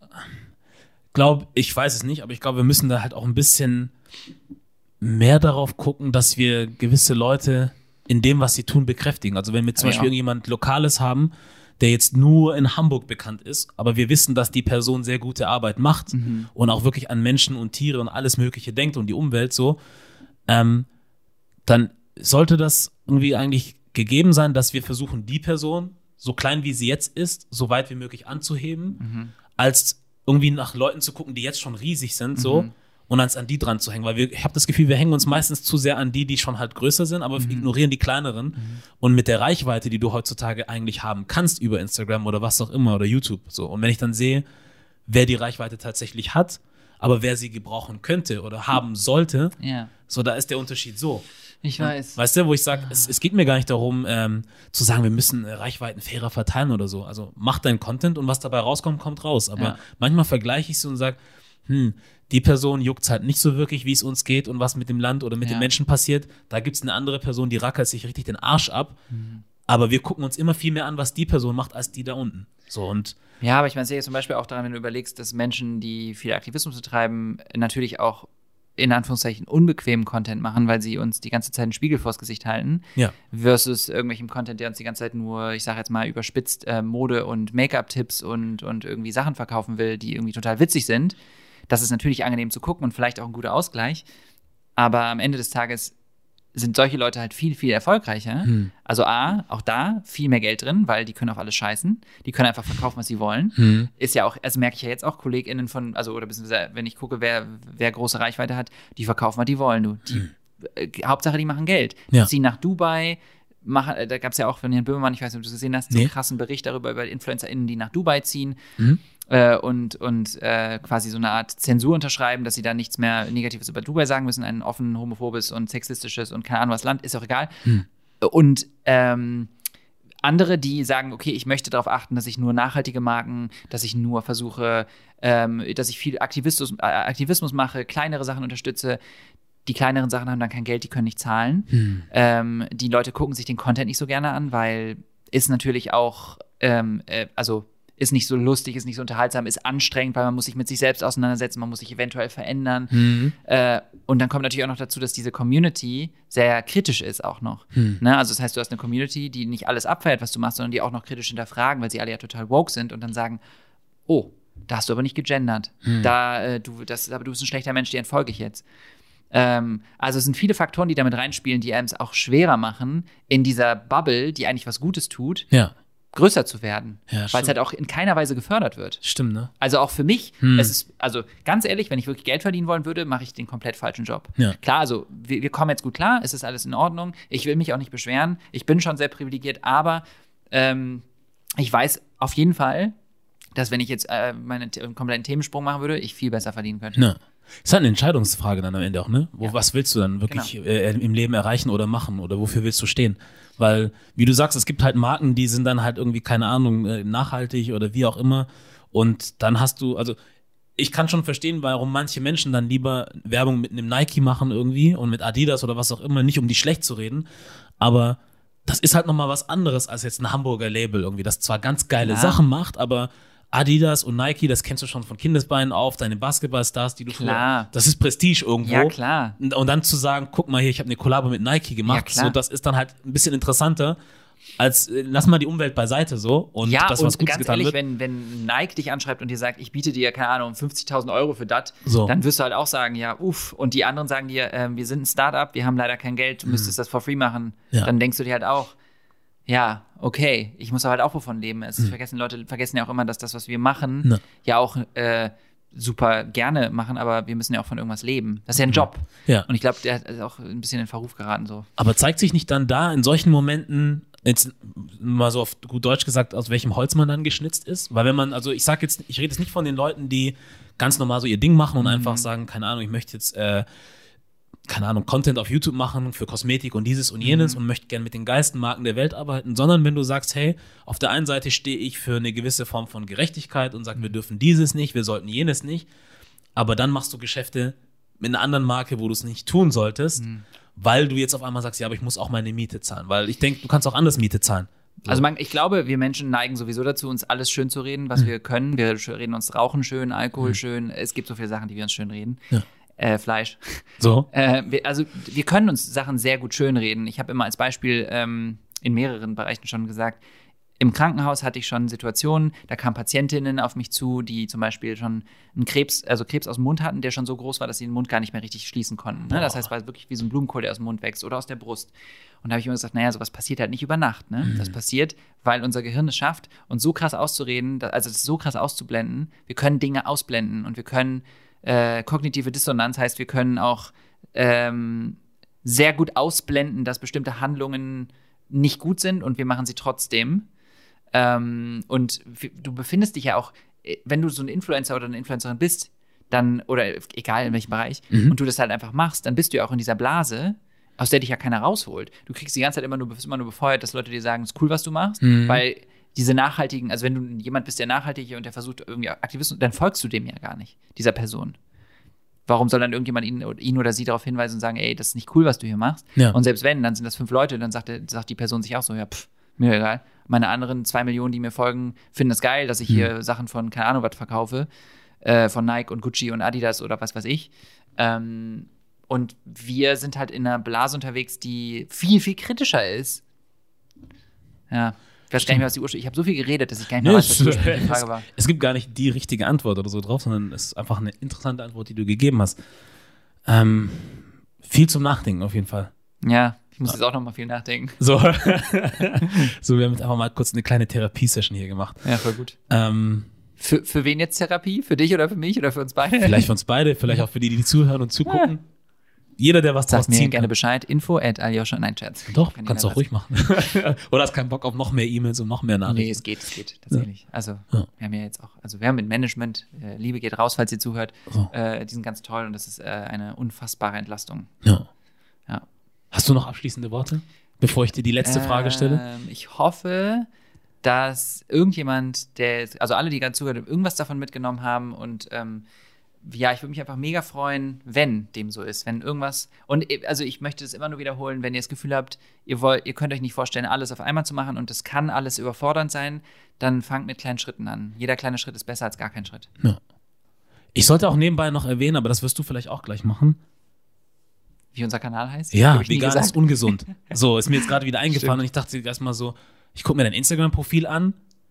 ich weiß es nicht, aber ich glaube, wir müssen da halt auch ein bisschen mehr darauf gucken, dass wir gewisse Leute in dem, was sie tun, bekräftigen. Also wenn wir zum Beispiel irgendjemand Lokales haben, der jetzt nur in Hamburg bekannt ist, aber wir wissen, dass die Person sehr gute Arbeit macht und auch wirklich an Menschen und Tiere und alles Mögliche denkt und die Umwelt so, dann sollte das irgendwie eigentlich gegeben sein, dass wir versuchen, die Person, so klein wie sie jetzt ist, so weit wie möglich anzuheben, als irgendwie nach Leuten zu gucken, die jetzt schon riesig sind, so, und an die dran zu hängen, weil ich habe das Gefühl, wir hängen uns meistens zu sehr an die schon halt größer sind, aber wir ignorieren die kleineren. Und mit der Reichweite, die du heutzutage eigentlich haben kannst über Instagram oder was auch immer oder YouTube, so. Und wenn ich dann sehe, wer die Reichweite tatsächlich hat, aber wer sie gebrauchen könnte oder haben sollte, so, da ist der Unterschied so. Ich weiß. Weißt du, wo ich sage, es geht mir gar nicht darum, zu sagen, wir müssen Reichweiten fairer verteilen oder so. Also mach deinen Content und was dabei rauskommt, kommt raus. Aber manchmal vergleiche ich es und sage, die Person juckt halt nicht so wirklich, wie es uns geht und was mit dem Land oder mit den Menschen passiert. Da gibt es eine andere Person, die rackert sich richtig den Arsch ab. Aber wir gucken uns immer viel mehr an, was die Person macht, als die da unten. So, und ja, aber ich meine, sehe zum Beispiel auch daran, wenn du überlegst, dass Menschen, die viel Aktivismus betreiben, natürlich auch in Anführungszeichen unbequemen Content machen, weil sie uns die ganze Zeit einen Spiegel vors Gesicht halten, versus irgendwelchem Content, der uns die ganze Zeit nur, ich sage jetzt mal, überspitzt Mode- und Make-up-Tipps und irgendwie Sachen verkaufen will, die irgendwie total witzig sind. Das ist natürlich angenehm zu gucken und vielleicht auch ein guter Ausgleich. Aber am Ende des Tages sind solche Leute halt viel, viel erfolgreicher. Also auch da viel mehr Geld drin, weil die können auf alles scheißen. Die können einfach verkaufen, was sie wollen. Ist ja auch, also merke ich ja jetzt auch KollegInnen von, also oder beziehungsweise wenn ich gucke, wer große Reichweite hat, die verkaufen, was die wollen. Du. Hauptsache, die machen Geld. Die ziehen nach Dubai, da gab es ja auch von Jan Böhmermann, ich weiß nicht, ob du das gesehen hast, so einen krassen Bericht darüber, über InfluencerInnen, die nach Dubai ziehen. Und quasi so eine Art Zensur unterschreiben, dass sie da nichts mehr Negatives über Dubai sagen müssen, ein offen homophobes und sexistisches und keine Ahnung was Land, ist auch egal. Und andere, die sagen, okay, ich möchte darauf achten, dass ich nur nachhaltige Marken, dass ich nur versuche, dass ich viel Aktivismus mache, kleinere Sachen unterstütze. Die kleineren Sachen haben dann kein Geld, die können nicht zahlen. Die Leute gucken sich den Content nicht so gerne an, weil ist natürlich auch, ist nicht so lustig, ist nicht so unterhaltsam, ist anstrengend, weil man muss sich mit sich selbst auseinandersetzen, man muss sich eventuell verändern. Und dann kommt natürlich auch noch dazu, dass diese Community sehr kritisch ist auch noch. Ne? Also das heißt, du hast eine Community, die nicht alles abfeiert, was du machst, sondern die auch noch kritisch hinterfragen, weil sie alle ja total woke sind und dann sagen, oh, da hast du aber nicht gegendert. Aber du bist ein schlechter Mensch, dir entfolge ich jetzt. Also es sind viele Faktoren, die damit reinspielen, die einem es auch schwerer machen, in dieser Bubble, die eigentlich was Gutes tut, größer zu werden, weil es halt auch in keiner Weise gefördert wird. Stimmt, ne? Also auch für mich, es ist, also ganz ehrlich, wenn ich wirklich Geld verdienen wollen würde, mache ich den komplett falschen Job. Klar, also wir kommen jetzt gut klar, es ist alles in Ordnung, ich will mich auch nicht beschweren, ich bin schon sehr privilegiert, aber ich weiß auf jeden Fall, dass wenn ich jetzt meinen kompletten Themensprung machen würde, ich viel besser verdienen könnte. Ja. Ist halt eine Entscheidungsfrage dann am Ende auch, ne? Was willst du dann wirklich im Leben erreichen oder machen oder wofür willst du stehen? Weil, wie du sagst, es gibt halt Marken, die sind dann halt irgendwie, keine Ahnung, nachhaltig oder wie auch immer. Und dann hast du, also ich kann schon verstehen, warum manche Menschen dann lieber Werbung mit einem Nike machen irgendwie und mit Adidas oder was auch immer, nicht um die schlecht zu reden, aber das ist halt nochmal was anderes als jetzt ein Hamburger Label irgendwie, das zwar ganz geile Sachen macht, aber Adidas und Nike, das kennst du schon von Kindesbeinen auf, deine Basketballstars, die du früher, das ist Prestige irgendwo. Ja, klar. Und dann zu sagen, guck mal hier, ich habe eine Kollabo mit Nike gemacht, so, das ist dann halt ein bisschen interessanter, als lass mal die Umwelt beiseite so und das, was Gutes getan wird. Wenn Nike dich anschreibt und dir sagt, ich biete dir, keine Ahnung, 50.000 Euro für das, dann wirst du halt auch sagen, ja, uff. Und die anderen sagen dir, wir sind ein Startup, wir haben leider kein Geld, du müsstest das for free machen. Dann denkst du dir halt auch, ja, okay, ich muss aber halt auch wovon leben. Leute vergessen ja auch immer, dass das, was wir machen, ja auch super gerne machen, aber wir müssen ja auch von irgendwas leben. Das ist ja ein Job. Und ich glaube, der ist auch ein bisschen in Verruf geraten so. Aber zeigt sich nicht dann da in solchen Momenten, jetzt mal so auf gut Deutsch gesagt, aus welchem Holz man dann geschnitzt ist? Weil wenn man, also ich rede jetzt nicht von den Leuten, die ganz normal so ihr Ding machen und einfach sagen, keine Ahnung, ich möchte jetzt keine Ahnung, Content auf YouTube machen für Kosmetik und dieses und jenes und möchte gerne mit den geilsten Marken der Welt arbeiten, sondern wenn du sagst, hey, auf der einen Seite stehe ich für eine gewisse Form von Gerechtigkeit und sage, wir dürfen dieses nicht, wir sollten jenes nicht, aber dann machst du Geschäfte mit einer anderen Marke, wo du es nicht tun solltest, weil du jetzt auf einmal sagst, ja, aber ich muss auch meine Miete zahlen, weil ich denke, du kannst auch anders Miete zahlen. So. Also ich glaube, wir Menschen neigen sowieso dazu, uns alles schön zu reden, was wir können. Wir reden uns Rauchen schön, Alkohol schön, es gibt so viele Sachen, die wir uns schön reden. Fleisch. So. Wir können uns Sachen sehr gut schönreden. Ich habe immer als Beispiel in mehreren Bereichen schon gesagt, im Krankenhaus hatte ich schon Situationen, da kamen Patientinnen auf mich zu, die zum Beispiel schon einen Krebs aus dem Mund hatten, der schon so groß war, dass sie den Mund gar nicht mehr richtig schließen konnten. Ne? Das heißt, war wirklich wie so ein Blumenkohl, der aus dem Mund wächst oder aus der Brust. Und da habe ich immer gesagt, naja, sowas passiert halt nicht über Nacht. Ne? Das passiert, weil unser Gehirn es schafft, uns so krass auszureden, also es so krass auszublenden. Wir können Dinge ausblenden und wir können kognitive Dissonanz heißt, wir können auch sehr gut ausblenden, dass bestimmte Handlungen nicht gut sind und wir machen sie trotzdem. Und du befindest dich ja auch, wenn du so ein Influencer oder eine Influencerin bist, dann, oder egal in welchem Bereich, und du das halt einfach machst, dann bist du ja auch in dieser Blase, aus der dich ja keiner rausholt. Du kriegst die ganze Zeit immer nur befeuert, dass Leute dir sagen, es ist cool, was du machst, weil diese nachhaltigen, also wenn du jemand bist, der nachhaltig und der versucht irgendwie Aktivisten, dann folgst du dem ja gar nicht, dieser Person. Warum soll dann irgendjemand ihn oder sie darauf hinweisen und sagen, ey, das ist nicht cool, was du hier machst? Ja. Und selbst wenn, dann sind das 5 Leute, dann sagt die Person sich auch so, ja, mir egal. Meine anderen 2 Millionen, die mir folgen, finden es geil, dass ich hier Sachen von, keine Ahnung, was verkaufe, von Nike und Gucci und Adidas oder was weiß ich. Und wir sind halt in einer Blase unterwegs, die viel, viel kritischer ist. Ja. Ich weiß gar nicht mehr, was die Ursprung. Ich habe so viel geredet, dass ich gar nicht mehr weiß, was die ursprüngliche Frage war. Es gibt gar nicht die richtige Antwort oder so drauf, sondern es ist einfach eine interessante Antwort, die du gegeben hast. Viel zum Nachdenken auf jeden Fall. Ja, ich muss jetzt auch noch mal viel nachdenken. So, wir haben jetzt einfach mal kurz eine kleine Therapie-Session hier gemacht. Ja, voll gut. Für wen jetzt Therapie? Für dich oder für mich oder für uns beide? Vielleicht für uns beide, vielleicht auch für die zuhören und zugucken. Ja. Jeder, der was draus ziehen kann. Sag mir gerne Bescheid. info@aljoscha. Nein, Scherz. Doch, kannst du auch ruhig machen. Oder hast keinen Bock auf noch mehr E-Mails und noch mehr Nachrichten? Nee, es geht tatsächlich. Ja. Also, wir haben ja jetzt auch, wir haben mit Management, Liebe geht raus, falls ihr zuhört, die sind ganz toll und das ist eine unfassbare Entlastung. Ja. Hast du noch abschließende Worte, bevor ich dir die letzte Frage stelle? Ich hoffe, dass irgendjemand, also alle, die gerade zuhören, irgendwas davon mitgenommen haben und ich würde mich einfach mega freuen, wenn dem so ist, wenn irgendwas, und also ich möchte es immer nur wiederholen, wenn ihr das Gefühl habt, ihr könnt euch nicht vorstellen, alles auf einmal zu machen und das kann alles überfordernd sein, dann fangt mit kleinen Schritten an. Jeder kleine Schritt ist besser als gar kein Schritt. Ja. Ich sollte auch nebenbei noch erwähnen, aber das wirst du vielleicht auch gleich machen. Wie unser Kanal heißt? Ja, vegan ist ungesund. So, ist mir jetzt gerade wieder eingefallen und ich dachte erstmal so, ich gucke mir dein Instagram-Profil an.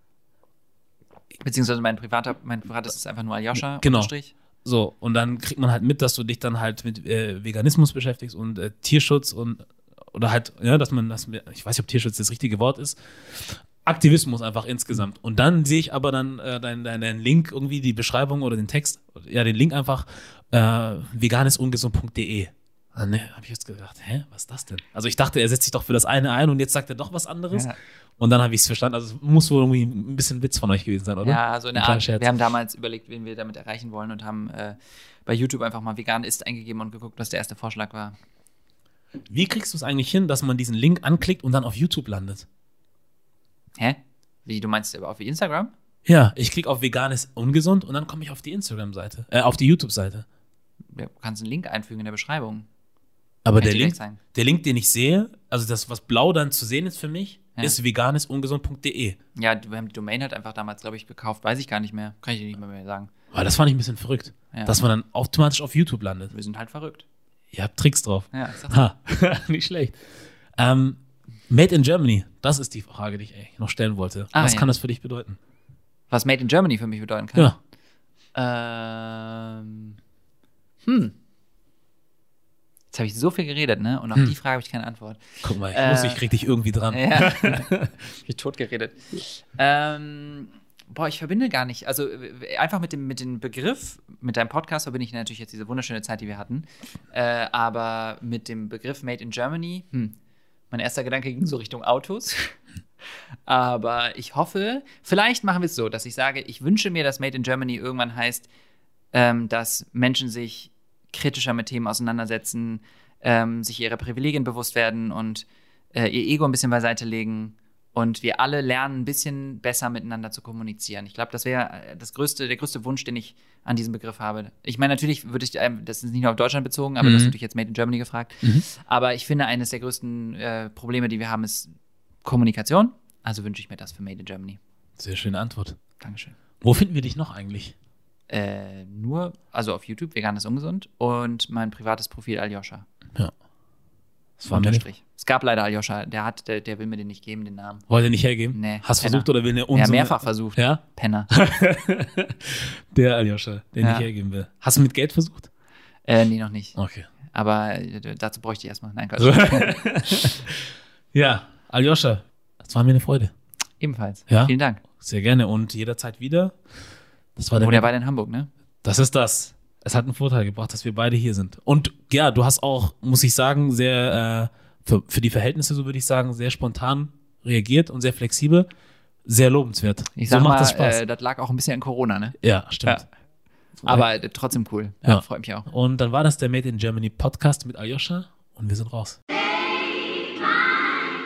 Beziehungsweise mein privates ist einfach nur Aljoscha. Genau. So, und dann kriegt man halt mit, dass du dich dann halt mit Veganismus beschäftigst und Tierschutz oder halt, ja, ich weiß nicht, ob Tierschutz das richtige Wort ist, Aktivismus einfach insgesamt. Und dann sehe ich aber dann deinen Link irgendwie, die Beschreibung oder den Text, ja, den Link einfach veganesungesund.de. Dann habe ich jetzt gedacht, was ist das denn? Also ich dachte, er setzt sich doch für das eine ein und jetzt sagt er doch was anderes. Ja. Und dann habe ich es verstanden. Also es muss wohl irgendwie ein bisschen Witz von euch gewesen sein, oder? Ja, so eine Art. Wir haben damals überlegt, wen wir damit erreichen wollen und haben bei YouTube einfach mal vegan ist eingegeben und geguckt, was der erste Vorschlag war. Wie kriegst du es eigentlich hin, dass man diesen Link anklickt und dann auf YouTube landet? Hä? Wie, du meinst auf Instagram? Ja, ich klicke auf vegan ist ungesund und dann komme ich auf die Instagram-Seite, auf die YouTube-Seite. Ja, du kannst einen Link einfügen in der Beschreibung. Aber der Link, den ich sehe, also das, was blau dann zu sehen ist für mich, ist veganesungesund.de. Ja, wir haben die Domain halt einfach damals, glaube ich, gekauft. Weiß ich gar nicht mehr. Kann ich dir nicht mehr sagen. Aber das fand ich ein bisschen verrückt, dass man dann automatisch auf YouTube landet. Wir sind halt verrückt. Ihr habt Tricks drauf. Ja, ich sag's. Nicht schlecht. Made in Germany, das ist die Frage, die ich noch stellen wollte. Was kann das für dich bedeuten? Was Made in Germany für mich bedeuten kann? Ja. Jetzt habe ich so viel geredet, ne? Und auf die Frage habe ich keine Antwort. Guck mal, ich krieg dich irgendwie dran. Ja. Ich bin tot geredet. Ich verbinde gar nicht. Also einfach mit dem Begriff, mit deinem Podcast verbinde ich natürlich jetzt diese wunderschöne Zeit, die wir hatten. Aber mit dem Begriff Made in Germany, mein erster Gedanke ging so Richtung Autos. Aber ich hoffe, vielleicht machen wir es so, dass ich sage, ich wünsche mir, dass Made in Germany irgendwann heißt, dass Menschen sich kritischer mit Themen auseinandersetzen, sich ihrer Privilegien bewusst werden und ihr Ego ein bisschen beiseite legen und wir alle lernen, ein bisschen besser miteinander zu kommunizieren. Ich glaube, das wäre der größte Wunsch, den ich an diesem Begriff habe. Ich meine, natürlich das ist nicht nur auf Deutschland bezogen, aber das ist natürlich jetzt Made in Germany gefragt. Aber ich finde, eines der größten Probleme, die wir haben, ist Kommunikation. Also wünsche ich mir das für Made in Germany. Sehr schöne Antwort. Dankeschön. Wo finden wir dich noch eigentlich? Also auf YouTube, vegan ist ungesund und mein privates Profil Aljoscha. Ja. Das war Unterstrich. Es gab leider Aljoscha, der will mir den nicht geben, den Namen. Wollte er nicht hergeben? Nee. Hast versucht oder will der ungesund? Ja, mehrfach versucht. Ja? Penner. Der Aljoscha, der nicht hergeben will. Hast du mit Geld versucht? Nee, noch nicht. Okay. Aber dazu bräuchte ich erstmal. Nein, Quatsch. Ja, Aljoscha, das war mir eine Freude. Ebenfalls. Ja? Vielen Dank. Sehr gerne und jederzeit wieder. Der war in Hamburg, ne? Das ist das. Es hat einen Vorteil gebracht, dass wir beide hier sind. Und ja, du hast auch, muss ich sagen, sehr, für die Verhältnisse, so würde ich sagen, sehr spontan reagiert und sehr flexibel. Sehr lobenswert. Ich sag mal, das lag auch ein bisschen an Corona, ne? Ja, stimmt. Ja. Aber trotzdem cool. Ja, freut mich auch. Und dann war das der Made in Germany Podcast mit Aljoscha und wir sind raus.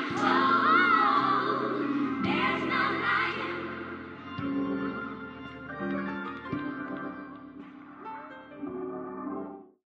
cry.